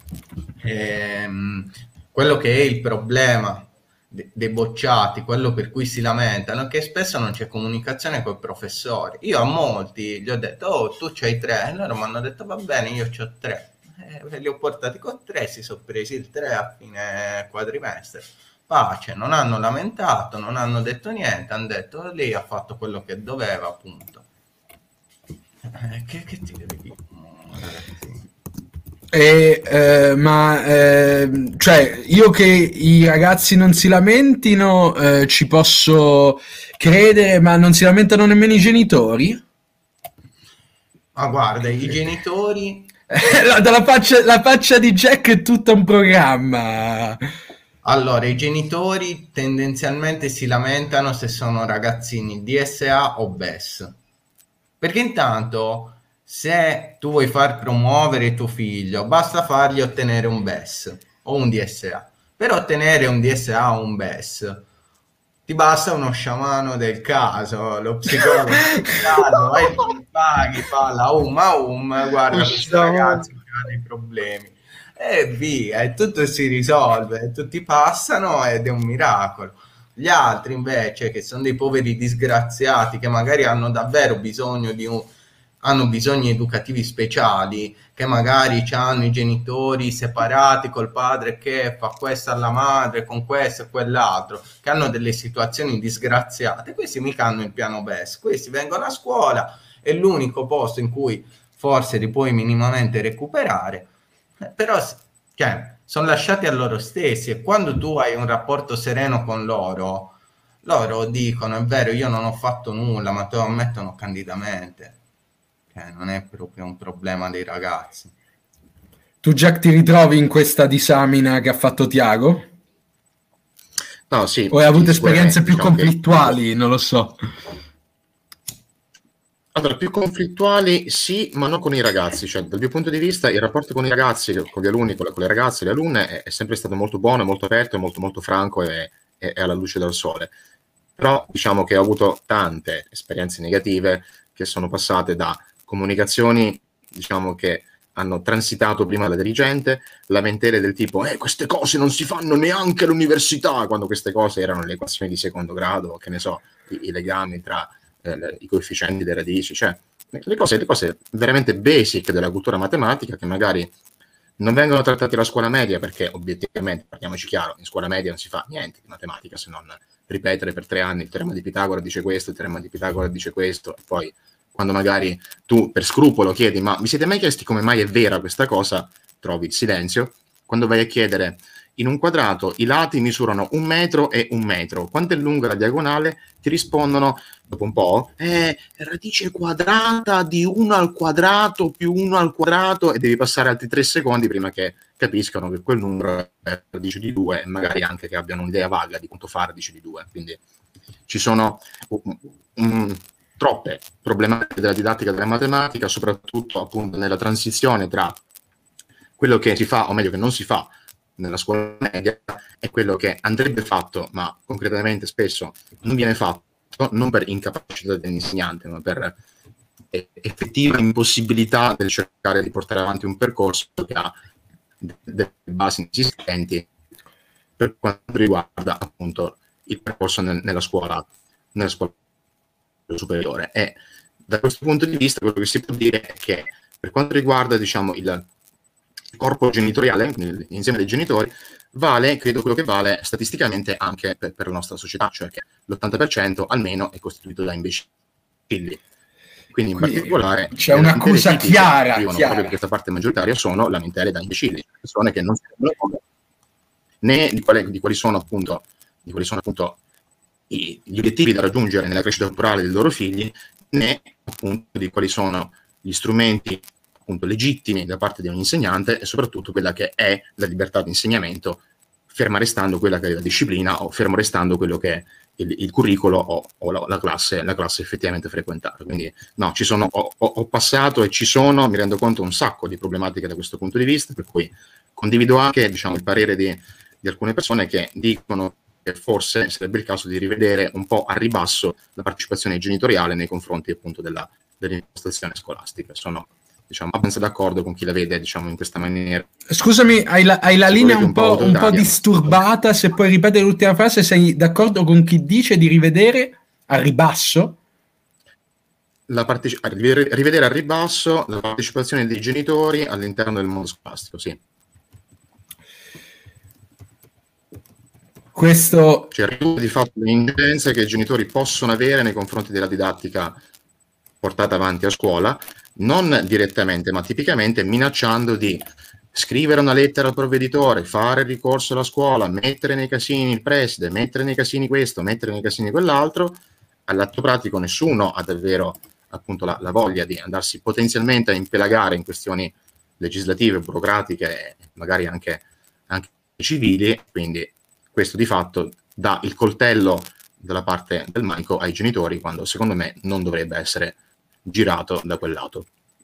ehm, quello che è il problema de- dei bocciati, quello per cui si lamentano, è che spesso non c'è comunicazione con i professori. Io a molti gli ho detto, oh, tu c'hai tre, e loro mi hanno detto, va bene, io c'ho tre, e li ho portati con tre, si sono presi il tre a fine quadrimestre, pace, non hanno lamentato, non hanno detto niente, hanno detto, lei ha fatto quello che doveva, appunto. Eh, che, che ti devi dire? Ragazzi. E, eh, ma eh, cioè io che i ragazzi non si lamentino eh, ci posso credere, ma non si lamentano nemmeno i genitori? Ma guarda, i genitori... la, dalla faccia, la faccia di Jack è tutto un programma. Allora, i genitori tendenzialmente si lamentano se sono ragazzini D S A o B E S, perché intanto se tu vuoi far promuovere tuo figlio basta fargli ottenere un B E S o un D S A. Per ottenere un D S A o un B E S ti basta uno sciamano del caso, lo psicologo del caso, vai, paghi, fa la um a um, guarda questo ragazzo che ha dei problemi e via, e tutto si risolve, tutti passano ed è un miracolo. Gli altri invece, che sono dei poveri disgraziati che magari hanno davvero bisogno di un hanno bisogni educativi speciali, che magari hanno i genitori separati col padre che fa questo alla madre con questo e quell'altro, che hanno delle situazioni disgraziate, questi mica hanno il piano B E S, questi vengono a scuola, è l'unico posto in cui forse li puoi minimamente recuperare, però cioè, sono lasciati a loro stessi, e quando tu hai un rapporto sereno con loro, loro dicono, è vero, io non ho fatto nulla, ma te lo ammettono candidamente. Eh, non è proprio un problema dei ragazzi. Tu Jack ti ritrovi in questa disamina che ha fatto Tiago? No, sì. O hai avuto sì, esperienze più diciamo conflittuali? Che... Non lo so. Allora, più conflittuali sì, ma non con i ragazzi. Cioè, dal mio punto di vista, il rapporto con i ragazzi, con gli alunni, con le ragazze e le alunne è, è sempre stato molto buono, molto aperto, molto, molto franco e, e, e alla luce del sole. Però diciamo che ho avuto tante esperienze negative che sono passate da comunicazioni, diciamo, che hanno transitato prima la dirigente, lamentele del tipo eh, queste cose non si fanno neanche all'università, quando queste cose erano le equazioni di secondo grado, che ne so, i, i legami tra eh, le, i coefficienti delle radici, cioè le cose, le cose veramente basic della cultura matematica che magari non vengono trattate alla scuola media, perché obiettivamente, parliamoci chiaro, in scuola media non si fa niente di matematica se non ripetere per tre anni il teorema di Pitagora dice questo, il teorema di Pitagora dice questo, e poi quando magari tu per scrupolo chiedi ma vi siete mai chiesti come mai è vera questa cosa, trovi il silenzio. Quando vai a chiedere in un quadrato i lati misurano un metro e un metro, quanto è lunga la diagonale, ti rispondono dopo un po' eh, radice quadrata di uno al quadrato più uno al quadrato, e devi passare altri tre secondi prima che capiscano che quel numero è radice di due, e magari anche che abbiano un'idea vaga di quanto fa radice di due. Quindi ci sono um, um, troppe problematiche della didattica della matematica, soprattutto appunto nella transizione tra quello che si fa, o meglio che non si fa nella scuola media, e quello che andrebbe fatto, ma concretamente spesso non viene fatto, non per incapacità dell'insegnante, ma per effettiva impossibilità del cercare di portare avanti un percorso che ha delle basi inesistenti per quanto riguarda appunto il percorso nel, nella scuola nella scuola superiore. E da questo punto di vista quello che si può dire è che per quanto riguarda diciamo il corpo genitoriale, l'insieme dei genitori, vale, credo quello che vale statisticamente anche per, per la nostra società, cioè che l'ottanta per cento almeno è costituito da imbecilli. Quindi in Qui particolare c'è un'accusa chiara, che chiara. proprio questa parte maggioritaria sono lamentele da imbecilli, persone che non si rendono conto né di, quale, di quali sono appunto di quali sono appunto i, gli obiettivi da raggiungere nella crescita culturale dei loro figli, né appunto di quali sono gli strumenti appunto legittimi da parte di un insegnante, e soprattutto quella che è la libertà di insegnamento, ferma restando quella che è la disciplina, o fermo restando quello che è il, il curricolo o, o la, la classe la classe effettivamente frequentata. Quindi no, ci sono, ho, ho passato e ci sono, mi rendo conto, un sacco di problematiche da questo punto di vista, per cui condivido anche diciamo il parere di, di alcune persone che dicono che forse sarebbe il caso di rivedere un po' a ribasso la partecipazione genitoriale nei confronti appunto della, dell'impostazione scolastica. Sono, diciamo, abbastanza d'accordo con chi la vede, diciamo, in questa maniera. Scusami, hai la, hai la linea un po', un po' disturbata, se puoi ripetere l'ultima frase, sei d'accordo con chi dice di rivedere a ribasso? La parteci- rivedere a ribasso la partecipazione dei genitori all'interno del mondo scolastico, sì. Questo... Cioè, ridurre di fatto le ingerenze che i genitori possono avere nei confronti della didattica portata avanti a scuola, non direttamente, ma tipicamente minacciando di scrivere una lettera al provveditore, fare ricorso alla scuola, mettere nei casini il preside, mettere nei casini questo, mettere nei casini quell'altro. All'atto pratico nessuno ha davvero appunto la, la voglia di andarsi potenzialmente a impelagare in questioni legislative, burocratiche, magari anche, anche civili, quindi questo di fatto dà il coltello dalla parte del manico ai genitori, quando secondo me non dovrebbe essere girato da quel lato.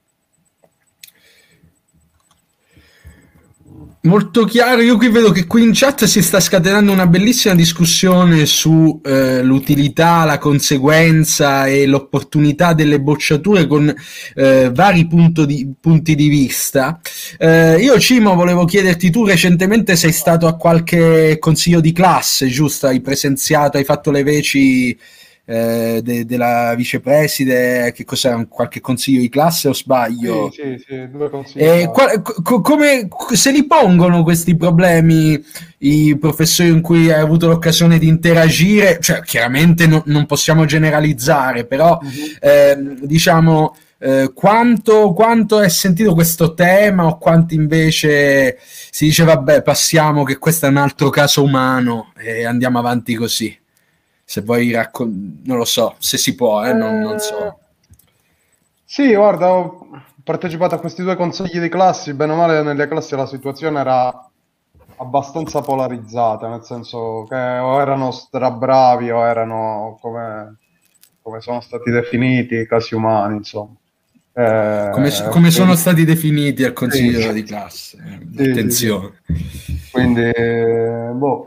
Molto chiaro. Io qui vedo che qui in chat si sta scatenando una bellissima discussione su eh, l'utilità, la conseguenza e l'opportunità delle bocciature con eh, vari punto di, punti di vista. Eh, io Cimo volevo chiederti, tu recentemente sei stato a qualche consiglio di classe, giusto? Hai presenziato, hai fatto le veci eh, de, della vicepreside, che cos'è, qualche consiglio di classe o sbaglio? Sì, sì, sì, due consigli. Eh, qual, co, come se li pongono questi problemi i professori in cui hai avuto l'occasione di interagire? Cioè, chiaramente no, non possiamo generalizzare, però uh-huh. eh, diciamo eh, quanto, quanto è sentito questo tema, o quanti invece si dice vabbè, passiamo, che questo è un altro caso umano e andiamo avanti così. Se vuoi raccontare, non lo so, se si può, eh, non, non so. Sì, guarda, ho partecipato a questi due consigli di classi, bene o male nelle classi la situazione era abbastanza polarizzata, nel senso che o erano strabravi o erano come, come sono stati definiti casi umani, insomma. Eh, come come quindi, sono stati definiti al consiglio sì, di classe, sì, attenzione. Sì, sì. Quindi, boh...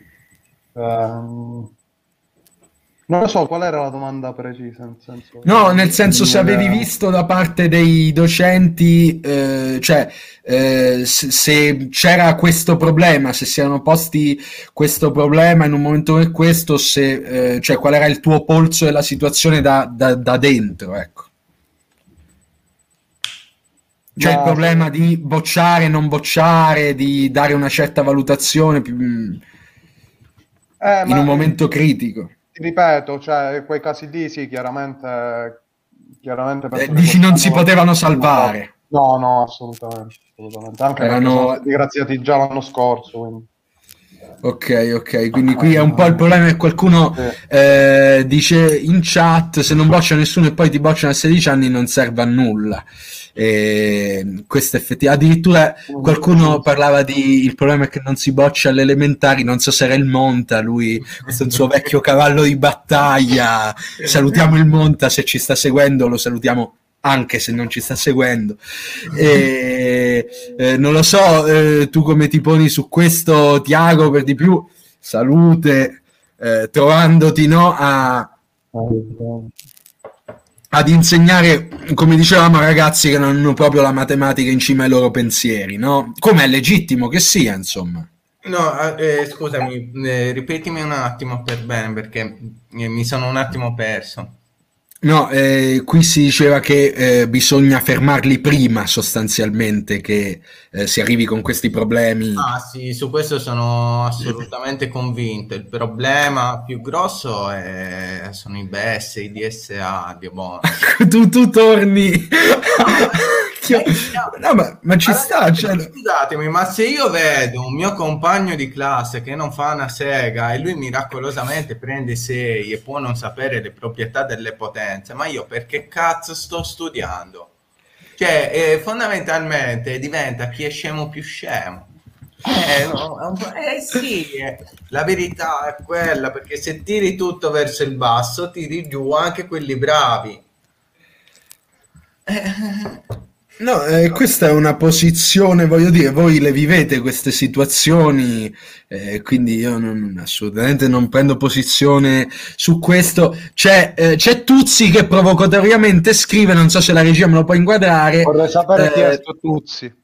Ehm, non lo so, qual era la domanda precisa? Nel senso, no, nel senso se avevi visto da parte dei docenti, eh, cioè eh, se, se c'era questo problema, se si erano posti questo problema in un momento come questo, se, eh, cioè qual era il tuo polso della situazione da, da, da dentro, ecco. Cioè Ma... il problema di bocciare, non bocciare, di dare una certa valutazione più, eh, in un momento critico. Ti ripeto, cioè quei casi lì sì, chiaramente, chiaramente eh, dici non si potevano salvare. No, no, assolutamente, assolutamente. Anche erano... perché sono stati graziati già l'anno scorso, quindi. Ok, ok, quindi qui è un po' il problema che qualcuno sì. eh, dice in chat: se non boccia nessuno e poi ti bocciano a sedici anni non serve a nulla. E questo effettivamente, addirittura qualcuno parlava di il problema è che non si boccia alle elementari, non so se era il Monta, lui, questo è il suo vecchio cavallo di battaglia. Salutiamo il Monta, se ci sta seguendo lo salutiamo anche se non ci sta seguendo. E, eh, non lo so, eh, tu come ti poni su questo, Tiago, per di più salute, eh, trovandoti, no, a ad insegnare, come dicevamo, a ragazzi che non hanno proprio la matematica in cima ai loro pensieri, no? Come è legittimo che sia, insomma. No, eh, scusami, eh, ripetimi un attimo per bene, perché eh, mi sono un attimo perso. No, eh, qui si diceva che eh, bisogna fermarli prima, sostanzialmente, che eh, si arrivi con questi problemi. Ah sì, su questo sono assolutamente convinto. Il problema più grosso è... sono i B S, i D S A, Dio buono. tu, tu torni... No, ma, ma ci allora, sta, cioè... Scusatemi, ma se io vedo un mio compagno di classe che non fa una sega e lui miracolosamente prende sei e può non sapere le proprietà delle potenze, ma io perché cazzo sto studiando? Cioè, eh, fondamentalmente diventa chi è scemo più scemo. Eh, no, eh sì, eh. La verità è quella, perché se tiri tutto verso il basso, tiri giù anche quelli bravi. Eh, No, eh, questa è una posizione, voglio dire, voi le vivete queste situazioni, eh, quindi io non, assolutamente non prendo posizione su questo. C'è, eh, c'è Tuzzi che provocatoriamente scrive, non so se la regia me lo può inquadrare. Vorrei sapere chi è eh, sto Tuzzi.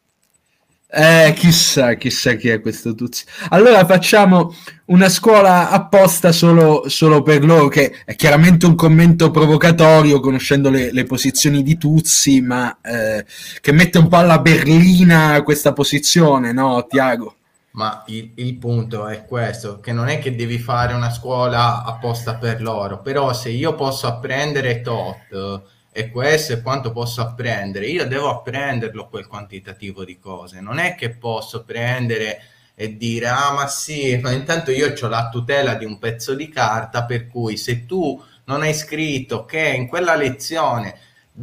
Eh, chissà, chissà chi è questo Tuzzi. Allora facciamo una scuola apposta solo, solo per loro, che è chiaramente un commento provocatorio, conoscendo le, le posizioni di Tuzzi, ma eh, che mette un po' alla berlina questa posizione, no, Tiago? Ma il, il punto è questo, che non è che devi fare una scuola apposta per loro, però se io posso apprendere tot e questo è quanto posso apprendere, io devo apprenderlo quel quantitativo di cose, non è che posso prendere e dire ah ma sì, ma intanto io ho la tutela di un pezzo di carta, per cui se tu non hai scritto che in quella lezione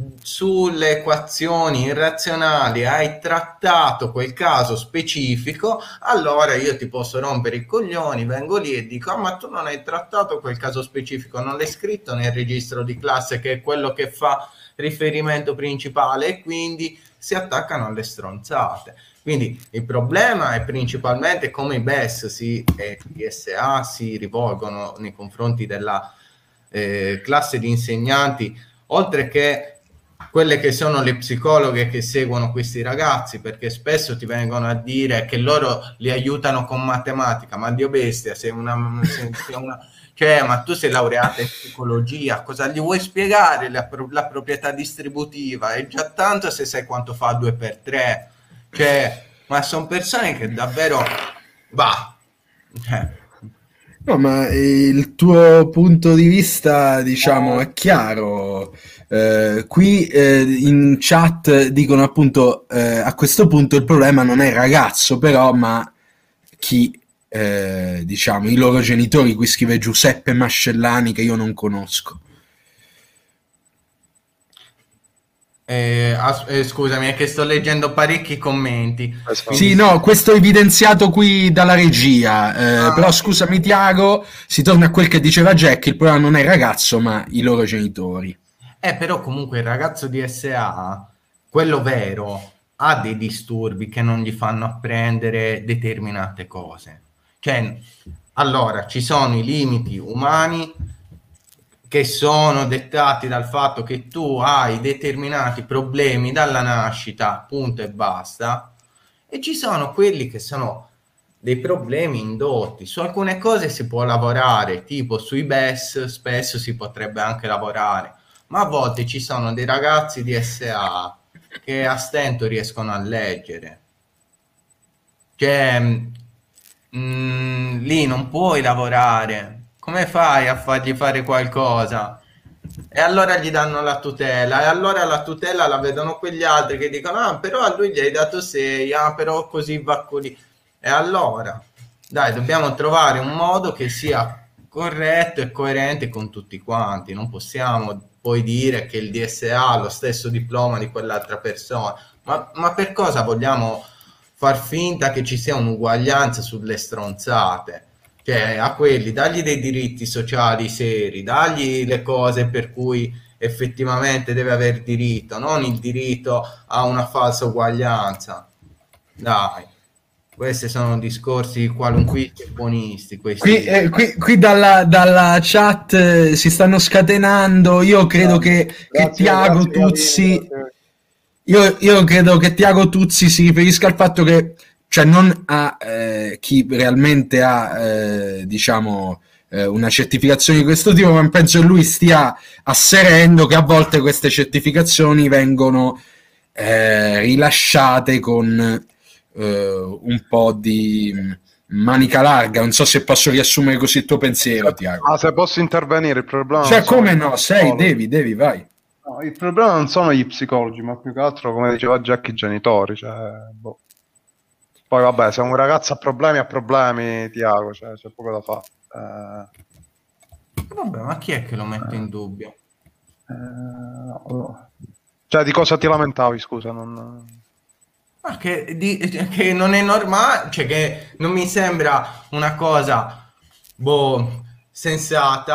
sulle equazioni irrazionali hai trattato quel caso specifico, allora io ti posso rompere i coglioni, vengo lì e dico ah, ma tu non hai trattato quel caso specifico, non l'hai scritto nel registro di classe che è quello che fa riferimento principale, e quindi si attaccano alle stronzate. Quindi il problema è principalmente come i B E S si, e i D S A si rivolgono nei confronti della eh, classe di insegnanti, oltre che quelle che sono le psicologhe che seguono questi ragazzi, perché spesso ti vengono a dire che loro li aiutano con matematica, ma Dio bestia, sei una, sei una cioè, ma tu sei laureata in psicologia, cosa gli vuoi spiegare la, la proprietà distributiva? È già tanto se sai quanto fa due per tre, cioè, ma sono persone che davvero bah, cioè. No, ma il tuo punto di vista, diciamo, è chiaro. Eh, qui eh, in chat dicono appunto eh, a questo punto il problema non è il ragazzo, però, ma chi, eh, diciamo, i loro genitori. Qui scrive Giuseppe Mascellani, che io non conosco. Eh, as- eh, scusami, è che sto leggendo parecchi commenti. Sì, no, questo è evidenziato qui dalla regia, eh, Ah, però sì. scusami Tiago, si torna a quel che diceva Jack, il problema non è il ragazzo, ma i loro genitori. Eh, però comunque il ragazzo di S A, quello vero, ha dei disturbi che non gli fanno apprendere determinate cose. Cioè, allora, ci sono i limiti umani che sono dettati dal fatto che tu hai determinati problemi dalla nascita, punto e basta, e ci sono quelli che sono dei problemi indotti. Su alcune cose si può lavorare, tipo sui B E S spesso si potrebbe anche lavorare, ma a volte ci sono dei ragazzi di S A che a stento riescono a leggere. Cioè, mh, lì non puoi lavorare. Come fai a fargli fare qualcosa? E allora gli danno la tutela, e allora la tutela la vedono quegli altri che dicono ah, però a lui gli hai dato sei, ah, però così va così. E allora, dai, dobbiamo trovare un modo che sia corretto e coerente con tutti quanti. Non possiamo poi dire che il D S A ha lo stesso diploma di quell'altra persona. Ma, ma per cosa vogliamo far finta che ci sia un'uguaglianza sulle stronzate? Cioè, a quelli dagli dei diritti sociali seri, dagli le cose per cui effettivamente deve aver diritto, non il diritto a una falsa uguaglianza. Dai, questi sono discorsi qualunquisti e buonisti. Questi. Qui, eh, qui, qui dalla, dalla chat eh, si stanno scatenando, io credo che, che Grazie, Tiago grazie, Tuzzi... grazie. Io, io credo che Tiago Tuzzi si riferisca al fatto che, cioè, non a eh, chi realmente ha, eh, diciamo, eh, una certificazione di questo tipo, ma penso che lui stia asserendo che a volte queste certificazioni vengono eh, rilasciate con eh, un po' di manica larga. Non so se posso riassumere così il tuo pensiero, Tiago. Ah, se posso intervenire, il problema... Cioè, non sono come i no? Sei, psicologi. devi, devi, vai. No, il problema non sono gli psicologi, ma più che altro, come diceva Jack, i genitori. Cioè, boh. Poi vabbè, se un ragazzo ha problemi, ha problemi, Tiago, cioè, c'è poco da fare. Eh, Vabbè, ma chi è che lo mette in dubbio? eh, no, no. Cioè, di cosa ti lamentavi, scusa? Non... Ma che, di, che non è normale, cioè che non mi sembra una cosa, boh, sensata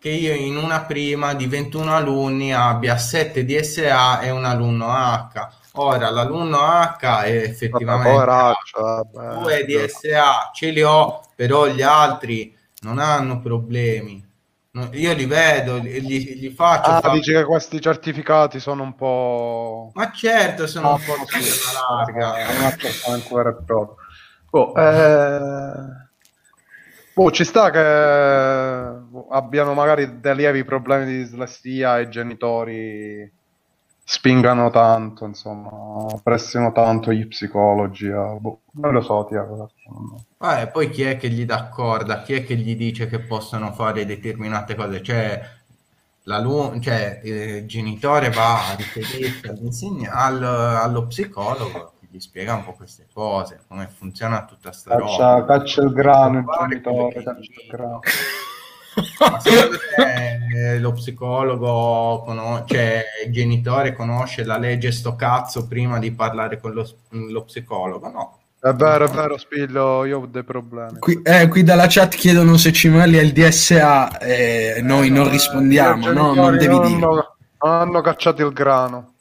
che io in una prima di ventuno alunni abbia sette D S A e un alunno H. Ora l'alunno H è effettivamente vabbè, due D S A ce li ho, però gli altri non hanno problemi. No, io li vedo, gli, gli faccio. Ah, fa... dici che questi certificati sono un po'. Ma certo, sono ah, un po' sì, alla larga. È un accertamento vero e proprio. Oh, eh... oh, ci sta che abbiano magari dei lievi problemi di dislessia e i genitori spingano tanto, insomma, pressino tanto gli psicologi. Eh. Boh, non lo so, Tiago. Eh, poi chi è che gli dà corda? Chi è che gli dice che possono fare determinate cose? Cioè, cioè il genitore va a riferirsi all'insegna- al, allo psicologo che gli spiega un po' queste cose, come funziona tutta sta caccia, roba. Caccia il grano, il genitore, caccia il grano. Ma secondo te lo psicologo, conos- cioè il genitore conosce la legge sto cazzo prima di parlare con lo, lo psicologo? No. È vero, è vero, Spiglio, io ho dei problemi. Qui, eh, qui dalla chat chiedono se Cimali ha il D S A e eh, noi non rispondiamo, eh, no? Non devi non dire. hanno, hanno cacciato il grano.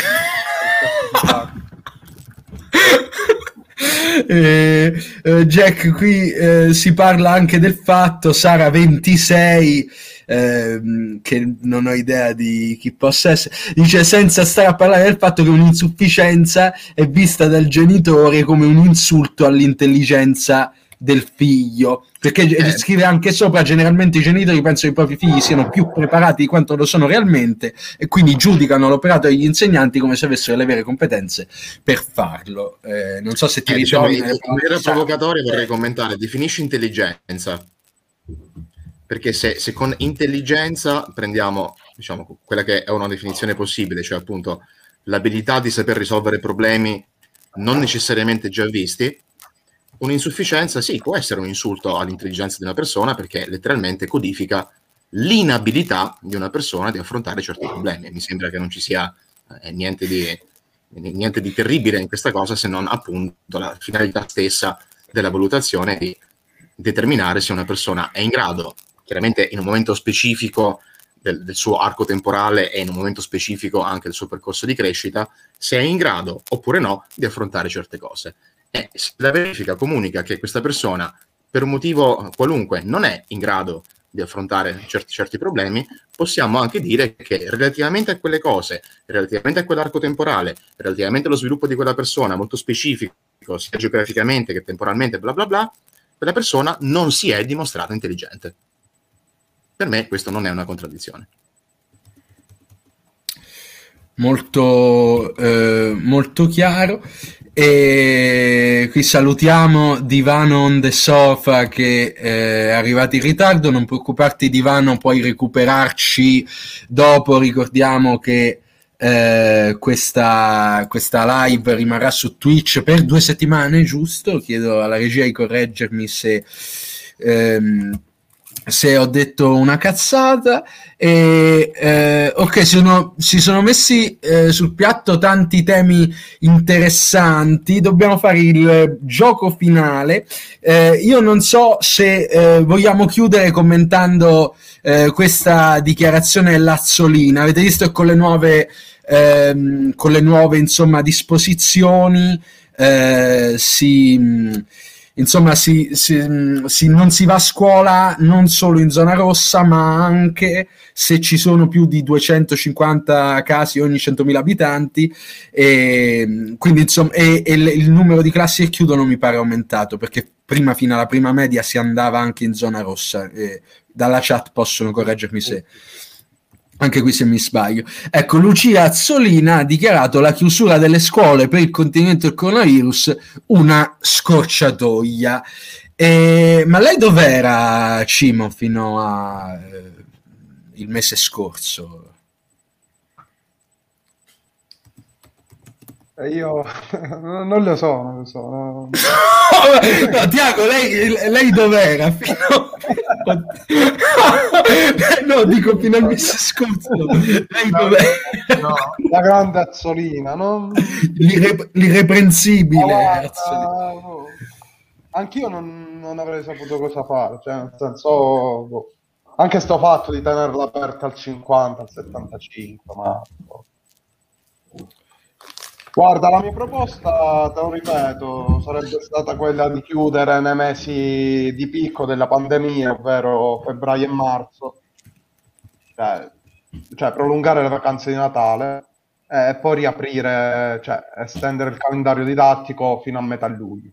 eh, eh, Jack, qui eh, si parla anche del fatto, Sara ventisei, eh, che non ho idea di chi possa essere, dice senza stare a parlare del fatto che un'insufficienza è vista dal genitore come un insulto all'intelligenza del figlio, perché eh. scrive anche sopra, generalmente i genitori pensano che i propri figli siano più preparati di quanto lo sono realmente e quindi giudicano l'operato degli insegnanti come se avessero le vere competenze per farlo. Eh, non so se ti eh, ritrovi diciamo, in maniera provocatoria vorrei commentare, definisci intelligenza, perché se, se con intelligenza prendiamo, diciamo, quella che è una definizione possibile, cioè appunto l'abilità di saper risolvere problemi non necessariamente già visti, un'insufficienza sì, può essere un insulto all'intelligenza di una persona perché letteralmente codifica l'inabilità di una persona di affrontare certi problemi. Mi sembra che non ci sia eh, niente di, niente di terribile in questa cosa, se non appunto la finalità stessa della valutazione di determinare se una persona è in grado, chiaramente in un momento specifico del, del suo arco temporale e in un momento specifico anche del suo percorso di crescita, se è in grado oppure no di affrontare certe cose. E se la verifica comunica che questa persona per un motivo qualunque non è in grado di affrontare certi, certi problemi, possiamo anche dire che relativamente a quelle cose, relativamente a quell'arco temporale, relativamente allo sviluppo di quella persona molto specifico, sia geograficamente che temporalmente, bla bla bla, quella persona non si è dimostrata intelligente. Per me questo non è una contraddizione. Molto, eh, molto chiaro. E qui salutiamo Divano on the sofa che è arrivato in ritardo. Non preoccuparti Divano, puoi recuperarci dopo. Ricordiamo che eh, questa, questa live rimarrà su Twitch per due settimane, giusto? Chiedo alla regia di correggermi se ehm, se ho detto una cazzata. E eh, ok, sono, si sono messi eh, sul piatto tanti temi interessanti. Dobbiamo fare il gioco finale. Eh, io non so se eh, vogliamo chiudere commentando eh, questa dichiarazione Lazzolina. Avete visto che con le nuove ehm, con le nuove insomma disposizioni eh, si Insomma, si, si, si, non si va a scuola non solo in zona rossa, ma anche se ci sono più di duecentocinquanta casi ogni centomila abitanti. E, quindi, insomma, e, e il numero di classi che chiudono mi pare aumentato, perché prima, fino alla prima media, si andava anche in zona rossa. E dalla chat possono correggermi se... Anche qui se mi sbaglio. Ecco, Lucia Azzolina ha dichiarato la chiusura delle scuole per il contenimento del coronavirus una scorciatoia. E, ma lei dov'era, Cimo, fino a eh, il mese scorso? Io non lo so, non lo so. No, no Tiago, lei, lei dov'era? Fino... no, dico fino al mese scorso. Lei dov'era? No, la grande Azzolina, no? L'irre- l'irreprensibile. Ah, no. Anch'io non, non avrei saputo cosa fare, cioè nel senso... Boh. Anche sto fatto di tenerla aperta al cinquanta, al settantacinque, ma... Guarda, la mia proposta, te lo ripeto, sarebbe stata quella di chiudere nei mesi di picco della pandemia, ovvero febbraio e marzo, cioè, cioè prolungare le vacanze di Natale e poi riaprire, cioè estendere il calendario didattico fino a metà luglio.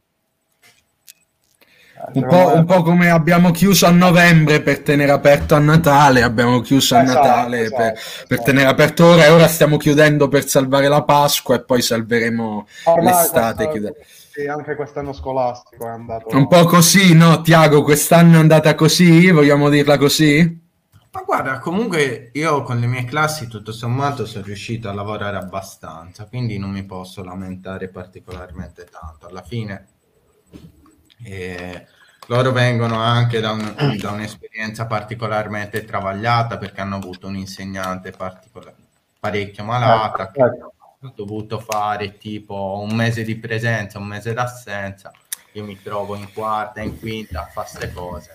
Un po', un po' come abbiamo chiuso a novembre per tenere aperto a Natale, abbiamo chiuso a Esatto, Natale esatto, per, esatto. per tenere aperto ora, e ora stiamo chiudendo per salvare la Pasqua e poi salveremo Ormai l'estate. questa- chiude- sì, anche quest'anno scolastico è andato... Un po' così, no, Tiago? Quest'anno è andata così? Vogliamo dirla così? Ma guarda, comunque io con le mie classi tutto sommato sono riuscito a lavorare abbastanza, quindi non mi posso lamentare particolarmente tanto. Alla fine eh, loro vengono anche da, un- da un'esperienza particolarmente travagliata perché hanno avuto un insegnante particola- parecchio malata, che Ecco. ha dovuto fare tipo un mese di presenza, un mese d'assenza. Io mi trovo in quarta, in quinta a fare queste cose.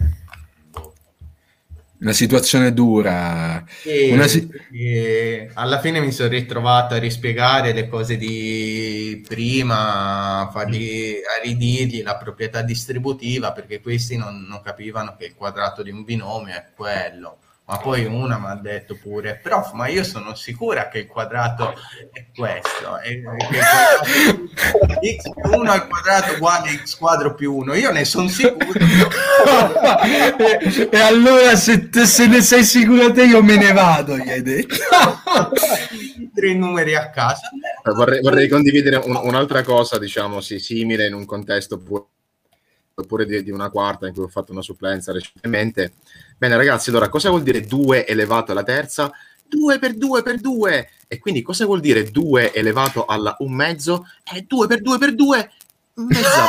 Una situazione dura. E, Una si- e alla fine mi sono ritrovato a rispiegare le cose di prima, a, fargli, a ridirgli la proprietà distributiva, perché questi non, non capivano che il quadrato di un binomio è quello. Ma poi una mi ha detto pure, prof, ma io sono sicura che il quadrato è questo, e che il quadrato x più uno al quadrato uguale x quadro più uno, io ne sono sicuro. e, e allora se, te, se ne sei sicuro te io me ne vado, gli hai detto. Tre numeri a caso. Vorrei, vorrei condividere un, un'altra cosa, diciamo, sì, simile in un contesto pu- oppure di, di una quarta in cui ho fatto una supplenza recentemente. Bene ragazzi, allora cosa vuol dire due elevato alla terza? due per due per due. E quindi cosa vuol dire due elevato alla un mezzo? È due per due per due mezza.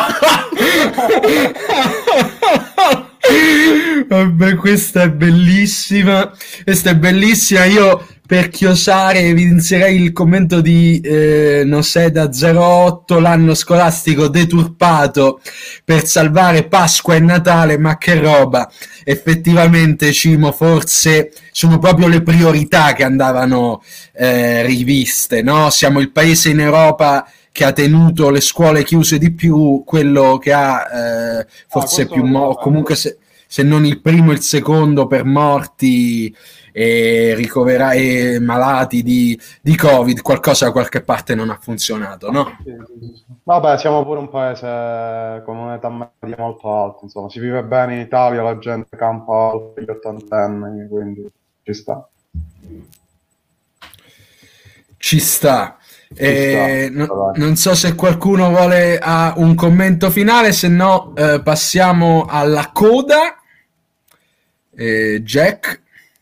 Vabbè, questa è bellissima. Questa è bellissima. Io per chiosare evidenzierei il commento di eh, Noseda zero otto, l'anno scolastico deturpato per salvare Pasqua e Natale, ma che roba. Effettivamente, Cimo, forse sono proprio le priorità che andavano eh, riviste, no? Siamo il paese in Europa che ha tenuto le scuole chiuse di più, quello che ha eh, forse Ah, più questo mo- lo so. comunque se, se non il primo, il secondo per morti e ricoverati e malati di, di Covid, qualcosa da qualche parte non ha funzionato, no? Sì, sì, sì. Vabbè, siamo pure un paese con un'età media molto alta, insomma, si vive bene in Italia, la gente campa gli ottantenni, quindi ci sta. Ci sta. Eh, sta, no- dai. non so se qualcuno vuole ha un commento finale, se no eh, passiamo alla coda. Eh, Jack.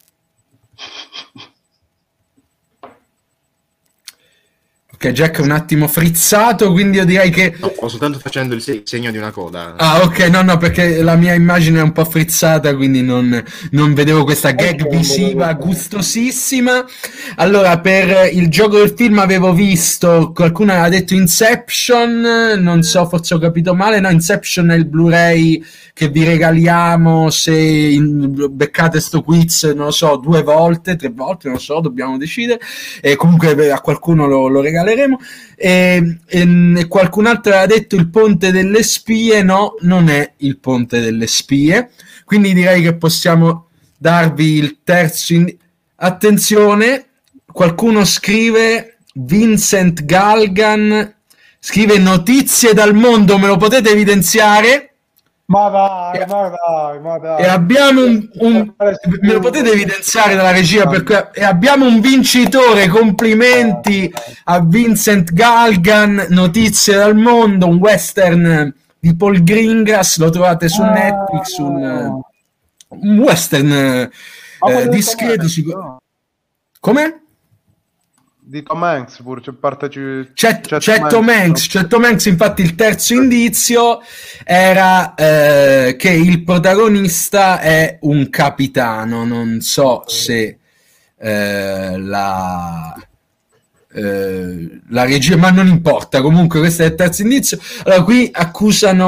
Ok, Jack è un attimo frizzato, quindi io direi che... No, sto soltanto facendo il se- segno di una coda. Ah, ok, no, no, perché la mia immagine è un po' frizzata, quindi non, non vedevo questa gag visiva gustosissima. Allora, per il gioco del film avevo visto, qualcuno aveva detto Inception, non so, forse ho capito male, no, Inception è il Blu-ray che vi regaliamo se in- beccate sto quiz, non lo so, due volte, tre volte, non lo so, dobbiamo decidere, e comunque a qualcuno lo, lo regaleremo. E, e, e qualcun altro aveva detto il Ponte delle Spie, no, non è il Ponte delle Spie, quindi direi che possiamo darvi il terzo in... Attenzione, qualcuno scrive, Vincent Galgan scrive notizie dal mondo, me lo potete evidenziare? Ma dai, ma dai, ma dai. E abbiamo un, un me lo potete evidenziare dalla regia, perché e abbiamo un vincitore. Complimenti a Vincent Galgan, notizie dal mondo, un western di Paul Greengrass, lo trovate su Netflix, un, un western eh, eh, discreto sicuro. Come? Di Tom Hanks pure, c'è parte c'è, c'è, c'è Tom Hanks, c'è Tom Hanks, infatti il terzo indizio era eh, che il protagonista è un capitano, non so se eh, la, eh, la regia, ma non importa, comunque questo è il terzo indizio. Allora qui accusano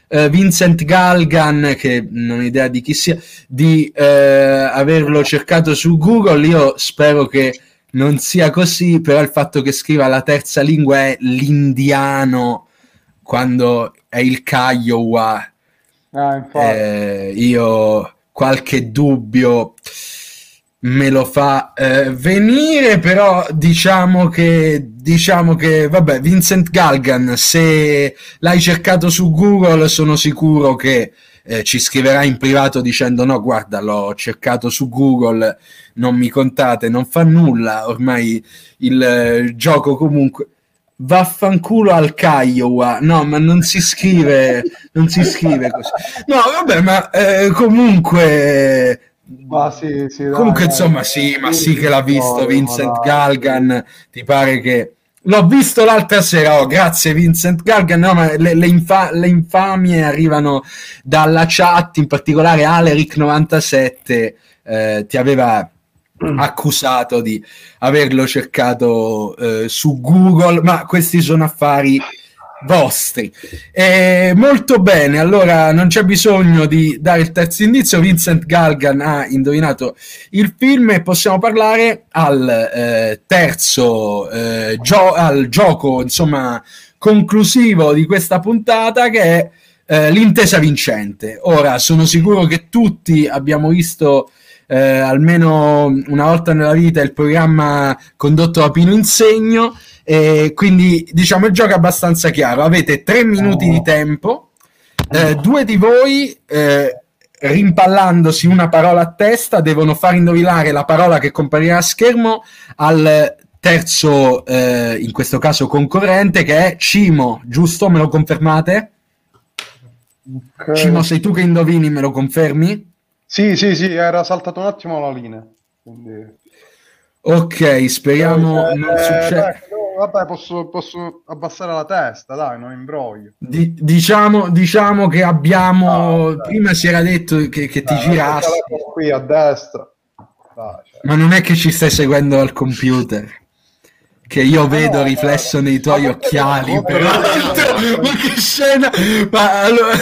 eh, Vincent Galgan, che non ho idea di chi sia, di eh, averlo cercato su Google. Io spero che non sia così, però il fatto che scriva la terza lingua è l'indiano quando è il Kiowa, Ah, infatti. eh, io qualche dubbio me lo fa eh, venire, però diciamo che diciamo che vabbè, Vincent Galgan, se l'hai cercato su Google sono sicuro che eh, ci scriverà in privato dicendo no, guarda, l'ho cercato su Google, non mi contate, non fa nulla, ormai il eh, gioco comunque vaffanculo al Kiowa, no, ma non si scrive non si scrive così, no vabbè, ma eh, comunque Ma sì, sì, dai, comunque dai, insomma dai. sì, ma sì che l'ha visto No, Vincent ma dai, Galgan, ti pare che l'ho visto l'altra sera, oh, grazie Vincent Galgan, no, ma le, le, infa- le infamie arrivano dalla chat, in particolare Aleric novantasette eh, ti aveva accusato di averlo cercato eh, su Google, ma questi sono affari vostri. Eh, molto bene, allora non c'è bisogno di dare il terzo indizio, Vincent Galgan ha indovinato il film e possiamo parlare al eh, terzo eh, gio- al gioco, insomma, conclusivo di questa puntata, che è eh, l'intesa vincente. Ora sono sicuro che tutti abbiamo visto eh, almeno una volta nella vita il programma condotto da Pino Insegno, e quindi diciamo il gioco è abbastanza chiaro. Avete tre minuti di tempo, eh, due di voi eh, rimpallandosi una parola a testa devono far indovinare la parola che comparirà a schermo al terzo, eh, in questo caso concorrente, che è Cimo, giusto? Me lo confermate? Ok. Cimo, sei tu che indovini, me lo confermi? Sì, sì, sì, era saltato un attimo la linea. Quindi... Ok, speriamo Eh, non eh, succeda. dai, no, vabbè, posso, posso abbassare la testa, dai, non imbroglio. Di- diciamo, diciamo che abbiamo Ah, dai. prima si era detto che, che ti Dai, girassi, lascia la qui a destra. Dai, cioè. ma non è che ci stai seguendo al computer, che io vedo no, riflesso no. nei tuoi Ma occhiali, molto però bene. ma che scena, ma allora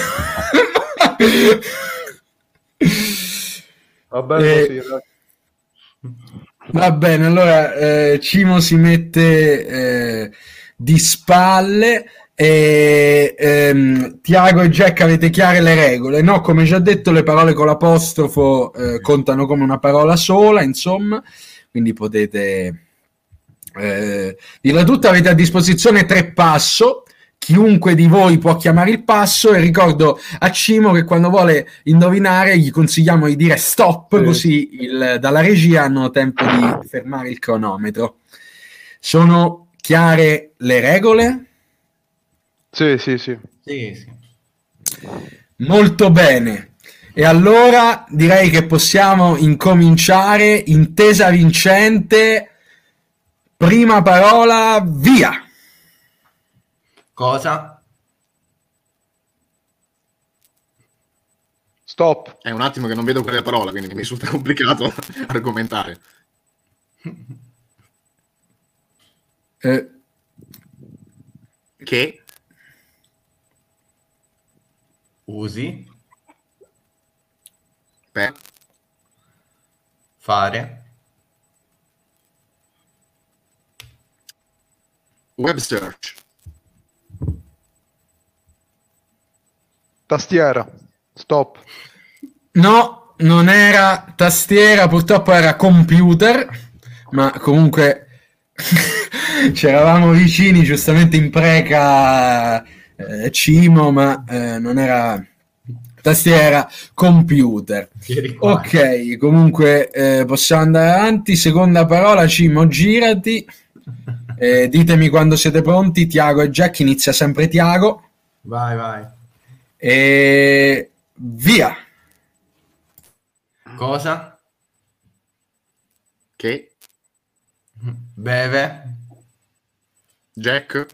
Va bene Eh, così, dai. va bene, allora eh, Cimo si mette eh, di spalle e ehm, Tiago e Jack, avete chiare le regole, no? Come già detto, le parole con l'apostrofo eh, contano come una parola sola, insomma, quindi potete eh, dirla tutta. Avete a disposizione tre passo, chiunque di voi può chiamare il passo, e ricordo a Cimo che quando vuole indovinare gli consigliamo di dire stop, Sì. così il, dalla regia hanno tempo di fermare il cronometro. Sono chiare le regole? Sì, sì, sì. Sì, sì. Molto bene. E allora direi che possiamo incominciare. Intesa vincente, prima parola, via! Cosa? Stop. È un attimo che non vedo quelle parole, quindi mi risulta complicato argomentare. Eh, Che? Usi? Per? Fare? Web search. Tastiera. Stop. no, non era tastiera, purtroppo era computer, ma comunque ci eravamo vicini, giustamente impreca eh, Cimo, ma eh, non era tastiera, computer. Ieri qua. Ok, comunque eh, possiamo andare avanti. Seconda parola, Cimo, girati. Eh, ditemi quando siete pronti. Tiago e Jack, inizia sempre Tiago. Vai, vai. E via. Cosa? Che? Beve? Jack?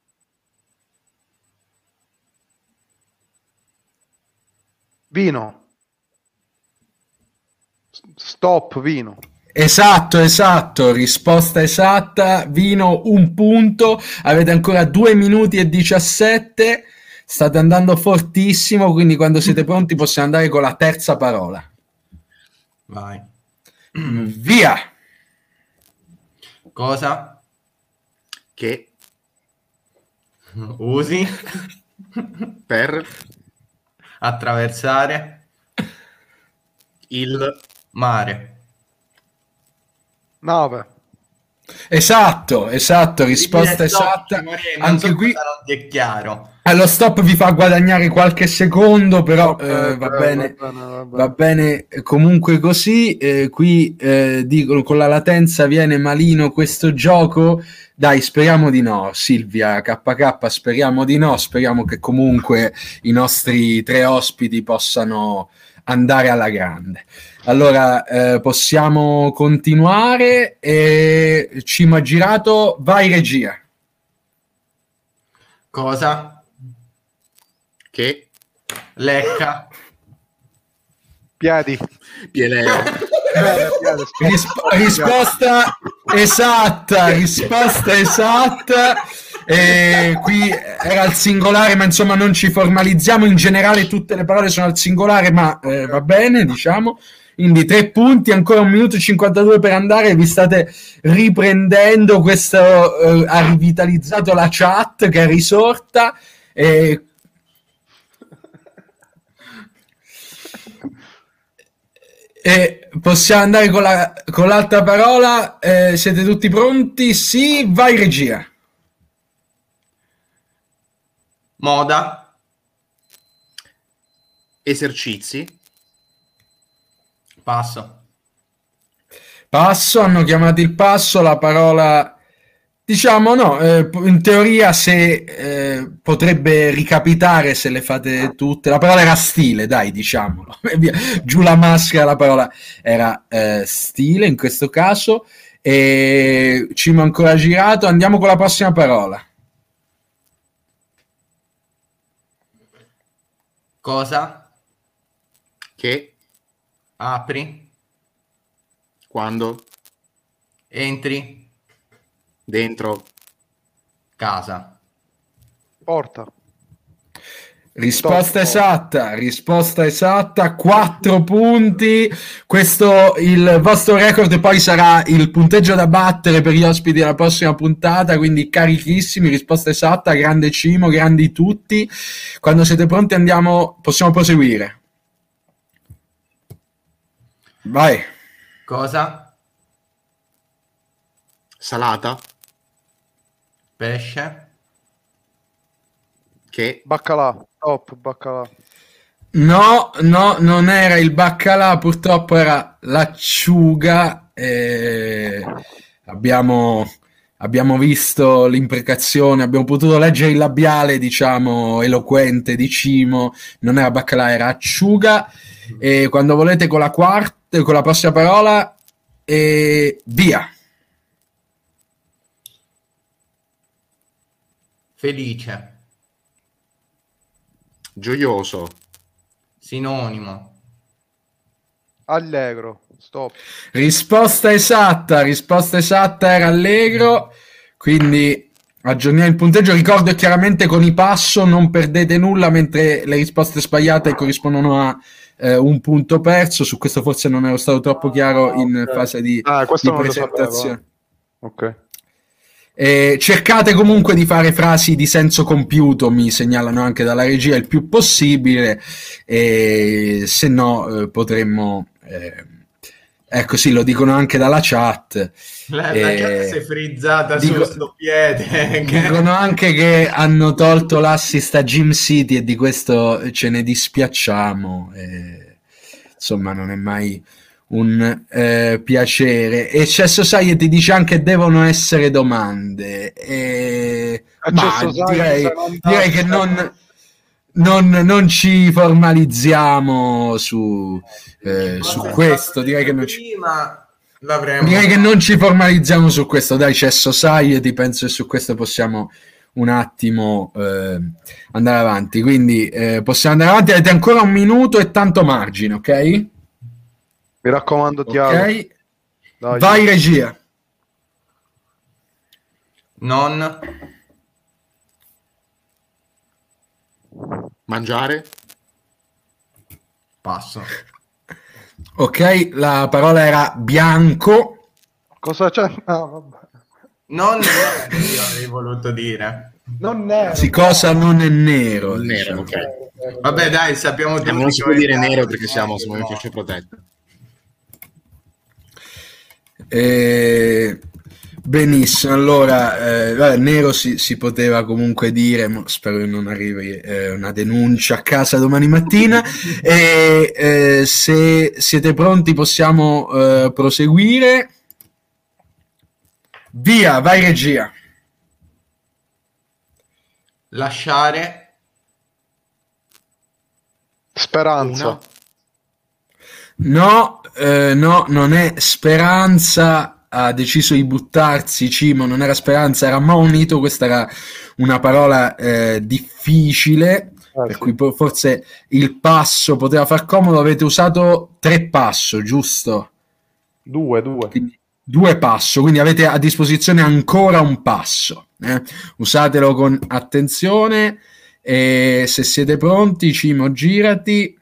Vino. S- Stop, vino. Esatto, esatto, risposta esatta, vino un punto, avete ancora due minuti e diciassette, State andando fortissimo, quindi quando siete pronti possiamo andare con la terza parola. Vai. Via! Cosa Che usi per attraversare il mare? Nave. Esatto, esatto, risposta esatta. Non Anche so qui cosa non ti è chiaro. allo stop vi fa guadagnare qualche secondo, però Ok, eh, va, ok, bene, va bene, va bene. va bene comunque così. Eh, qui eh, dicono con la latenza viene malino questo gioco. Dai, speriamo di no, Silvia K K, speriamo di no, speriamo che comunque i nostri tre ospiti possano andare alla grande. Allora, eh, possiamo continuare. E Cimo ha girato, vai regia. Cosa che lecca Piedi. pieleo. Piede, piede, stop. Risp- risposta esatta, risposta esatta. E qui era al singolare, ma insomma non ci formalizziamo. In generale tutte le parole sono al singolare, ma eh, va bene, diciamo. Quindi tre punti, ancora un minuto e cinquantadue per andare. Vi state riprendendo. Questo eh, ha rivitalizzato la chat che è risorta. E E possiamo andare con, la, con l'altra parola. Eh, siete tutti pronti? Sì, vai regia. moda Esercizi. passo Passo, hanno chiamato il passo, la parola, diciamo no, eh, in teoria se eh, potrebbe ricapitare se le fate tutte, la parola era stile, dai, diciamolo, giù la maschera, la parola era eh, stile in questo caso. E Cimo ancora girato, andiamo con la prossima parola. cosa Che apri quando entri dentro casa. Porta. Risposta Stop. esatta, risposta esatta, quattro punti. Questo il vostro record, poi sarà il punteggio da battere per gli ospiti della prossima puntata, quindi carichissimi, risposta esatta, grande Cimo, grandi tutti. Quando siete pronti andiamo, possiamo proseguire. Vai. Cosa salata. pesce Che Baccalà. Stop, baccalà. No, no, non era il baccalà, purtroppo era l'acciuga. E abbiamo, abbiamo visto l'imprecazione, abbiamo potuto leggere il labiale, diciamo, eloquente di Cimo. Non era baccalà, era acciuga. E quando volete con la quarta, con la prossima parola, e via. felice gioioso. sinonimo Allegro. Stop. Risposta esatta, risposta esatta era allegro, quindi aggiorniamo il punteggio. Ricordo chiaramente con i passo non perdete nulla, mentre le risposte sbagliate corrispondono a eh, un punto perso. Su questo forse non ero stato troppo chiaro in Ok. fase di, Ah, questo di non lo sapevo, presentazione. eh. Ok. Eh, cercate comunque di fare frasi di senso compiuto, mi segnalano anche dalla regia, il più possibile, e se no eh, potremmo eh, ecco sì, lo dicono anche dalla chat. la, Eh, la chat si è frizzata dico- su sto piede che- Dicono anche che hanno tolto l'assist a Gym City e di questo ce ne dispiacciamo. eh, insomma, non è mai un eh, piacere. E Chess Society dice anche che devono essere domande. E, A ma Chess Society direi, se non direi che non, non, non ci formalizziamo su, eh, su Fosse questo. stato Direi che detto non ci... prima, l'avremmo Direi che non ci formalizziamo su questo, dai, c'è Society, penso che su questo possiamo un attimo eh, andare avanti, quindi eh, possiamo andare avanti, avete ancora un minuto e tanto margine, ok? Mi raccomando, Tiago. Ok, Dai. vai regia. non Mangiare. Passo. Ok, la parola era bianco. Cosa c'è? No, vabbè. Non è che io avrei voluto dire. Non nero. Sì, cosa non è nero? Nero, diciamo. ok. Vabbè, dai, sappiamo tutti. Non si può come dire fare, nero perché no, siamo, siamo in no. fascia protetta. Eh, benissimo, allora eh, vabbè, nero si, si poteva comunque dire, ma spero che non arrivi eh, una denuncia a casa domani mattina. E eh, se siete pronti possiamo eh, proseguire. Via, vai regia. Lasciare. Speranza. Una. No, eh, no, non è Speranza, ha deciso di buttarsi Cimo, non era Speranza, era Monito, questa era una parola eh, difficile, Ah, per sì. cui po- forse il passo poteva far comodo, avete usato tre passo, giusto? Due, due. Quindi due passo, quindi avete a disposizione ancora un passo, eh? Usatelo con attenzione e se siete pronti, Cimo, girati.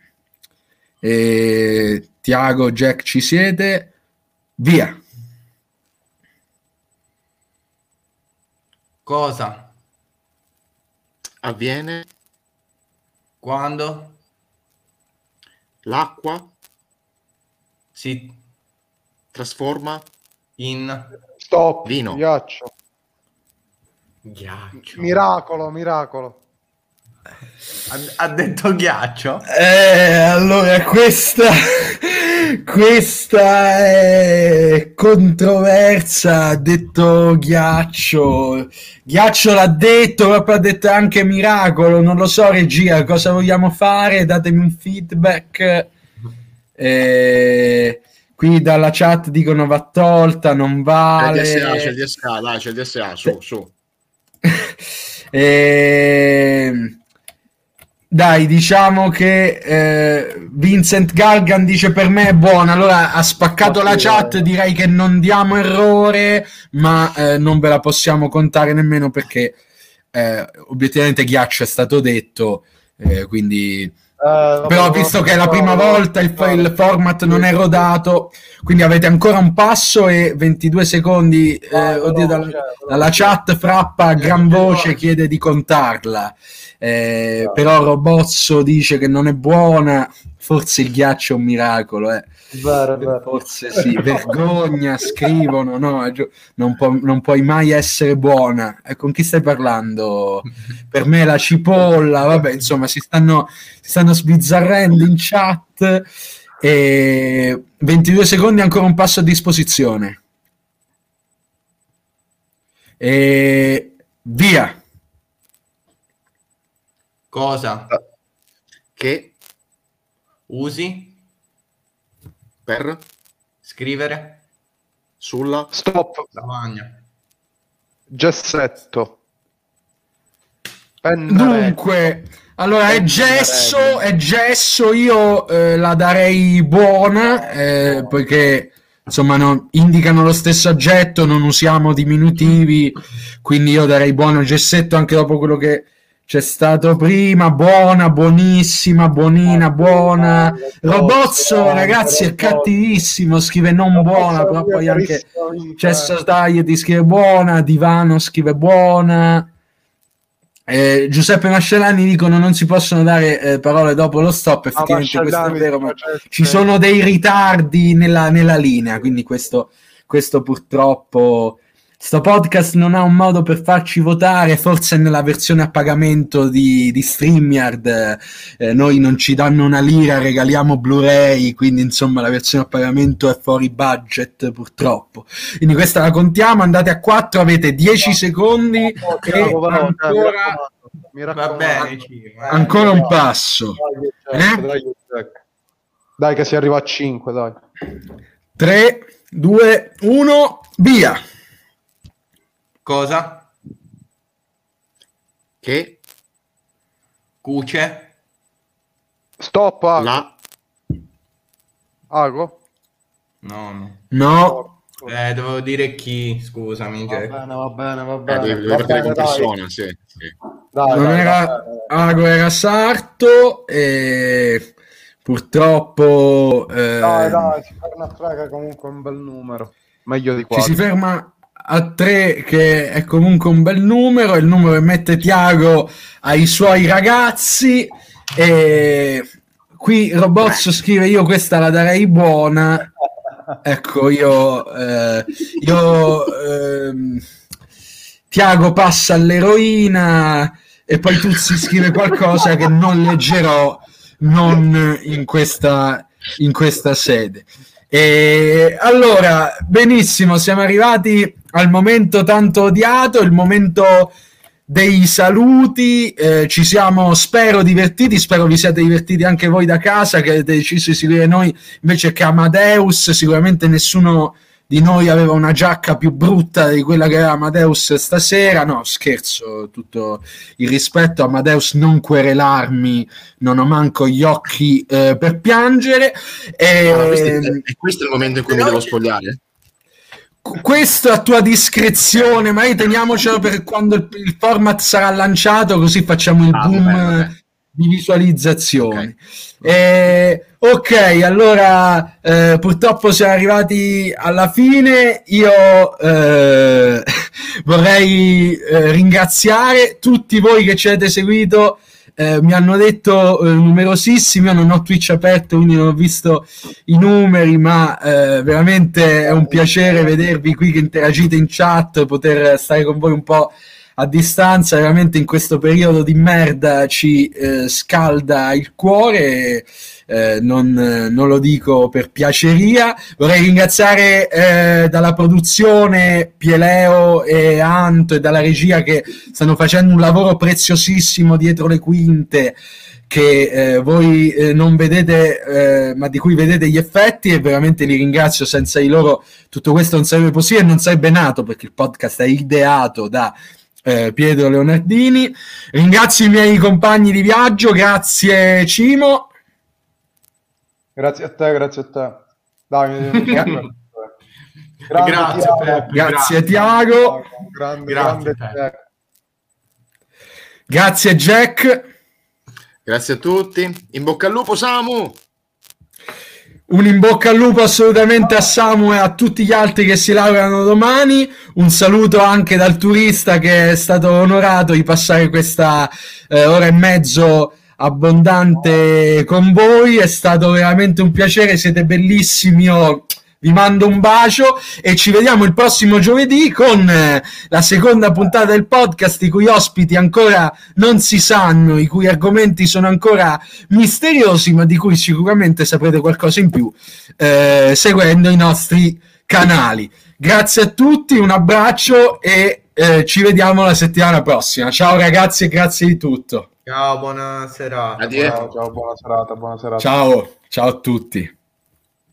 E Tiago, Jack, ci siete? Via. Cosa? Avviene. Quando? L'acqua Si trasforma in Stop. Vino. Ghiaccio. ghiaccio. Miracolo, miracolo. Ha, ha detto ghiaccio? Eh, allora questa questa è controversa, ha detto ghiaccio. Ghiaccio l'ha detto, proprio ha detto anche miracolo, non lo so regia, cosa vogliamo fare? Datemi un feedback. Eh, qui dalla chat dicono va tolta, non vale. C'è il D S A, c'è il D S A, dai, c'è il D S A, su, su. Eh, dai, diciamo che eh, Vincent Galgan dice per me è buona, allora ha spaccato la chat, direi che non diamo errore, ma eh, non ve la possiamo contare nemmeno perché eh, obiettivamente ghiaccio è stato detto, eh, quindi... Eh, vabbè, Però non visto lo che è la so, prima non lo volta il, so. il format non è rodato, quindi avete ancora un passo e ventidue secondi. Eh, Vai, oddio, veloce, dalla, veloce. dalla chat Frappa a gran voce chiede di contarla. Eh, però Robozzo dice che non è buona, forse il ghiaccio è un miracolo. Eh. Vero, vero. Forse sì, vergogna, scrivono, no, è giu- non, pu- non puoi mai essere buona. E con chi stai parlando? Per me la cipolla, vabbè, insomma, si stanno, si stanno sbizzarrendo in chat. E ventidue secondi, ancora un passo a disposizione. E via. Cosa? Che Usi? per Scrivere? sulla Stop. Lavagna. Gessetto. Pennarello. Dunque, allora è gesso, è gesso, io eh, la darei buona, eh, poiché insomma non, indicano lo stesso oggetto, non usiamo diminutivi, quindi io darei buono gessetto anche dopo quello che c'è stato prima, buona, buonissima, buonina, buona. Robozzo, ragazzi, è cattivissimo, scrive non buona, però poi anche Cesso Taglie ti scrive buona, Divano scrive buona. Eh, Giuseppe Mascellani dicono non si possono dare eh, parole dopo lo stop, effettivamente Ah, questo è vero, ma Mascellani, ci sono dei ritardi nella, nella linea, quindi questo, questo purtroppo sto podcast non ha un modo per farci votare, forse nella versione a pagamento di, di StreamYard eh, noi non ci danno una lira, regaliamo Blu-ray, quindi insomma la versione a pagamento è fuori budget purtroppo, quindi questa la contiamo, andate a quattro, avete dieci secondi e ancora, Va bene, Cimo, eh. ancora un passo. Dai, Eh? dai, dai. Dai che si arriva a cinque, dai. tre, due, uno, via. Cosa? che Cuce? Stop. Ago. la Ago. No, no. No, Eh, dovevo dire chi, scusami, Va Jack. bene, va bene, va eh, bene. devi, devi Va partire bene, con dai. persona, sì, sì. Dai, non dai, era dai, dai. Ago, era Sarto e purtroppo eh, Dai, dai, si ferma a tre che comunque è un bel numero. Meglio di ci quattro. si ferma a tre che è comunque un bel numero, il numero che mette Tiago ai suoi ragazzi. E qui Robozzo scrive: io questa la darei buona. Ecco, io eh, io ehm, Tiago passa all'eroina, e poi Tuzzi scrive qualcosa che non leggerò, non in questa, in questa sede. E allora, benissimo, siamo arrivati al momento tanto odiato, il momento dei saluti. Eh, ci siamo, spero, divertiti, spero vi siate divertiti anche voi da casa, che avete deciso di seguire noi invece che Amadeus. Sicuramente nessuno di noi aveva una giacca più brutta di quella che aveva Amadeus stasera. No, scherzo, tutto il rispetto. Amadeus, non querelarmi, non ho manco gli occhi eh, per piangere. E, Ah, questo è, è questo il momento in cui mi devo spogliare? Questo a tua discrezione, ma teniamocelo per quando il, il format sarà lanciato, così facciamo il Ah, boom vabbè, vabbè. di visualizzazioni. Ok. Eh, ok, allora eh, purtroppo siamo arrivati alla fine. Io eh, vorrei eh, ringraziare tutti voi che ci avete seguito. Eh, mi hanno detto eh, numerosissimi, io non ho Twitch aperto, quindi non ho visto i numeri, ma eh, veramente è un piacere vedervi qui che interagite in chat, poter stare con voi un po' a distanza. Veramente in questo periodo di merda ci eh, scalda il cuore. Eh, non, non lo dico per piaceria. Vorrei ringraziare eh, dalla produzione Pieleo e Anto, e dalla regia, che stanno facendo un lavoro preziosissimo dietro le quinte, che eh, voi eh, non vedete, eh, ma di cui vedete gli effetti, e veramente li ringrazio. Senza di loro tutto questo non sarebbe possibile, non sarebbe nato, perché il podcast è ideato da eh, Pietro Leonardini. Ringrazio i miei compagni di viaggio, grazie Cimo. Grazie a te, grazie a te. Dai, mi- mi- grande Grazie, Tiago. Peppe. Grazie Tiago, Grande, Grazie, grande Peppe. Jack. grazie Jack. Grazie a tutti. In bocca al lupo, Samu! Un in bocca al lupo assolutamente a Samu e a tutti gli altri che si laureano domani. Un saluto anche dal turista che è stato onorato di passare questa eh, ora e mezzo abbondante con voi. È stato veramente un piacere, siete bellissimi. Io vi mando un bacio e ci vediamo il prossimo giovedì con eh, la seconda puntata del podcast, i cui ospiti ancora non si sanno, i cui argomenti sono ancora misteriosi, ma di cui sicuramente saprete qualcosa in più eh, seguendo i nostri canali. Grazie a tutti, un abbraccio e eh, ci vediamo la settimana prossima. Ciao ragazzi e grazie di tutto. Ciao, buona serata. Addio. Ciao, ciao, buona serata, buona serata. Ciao, ciao a tutti.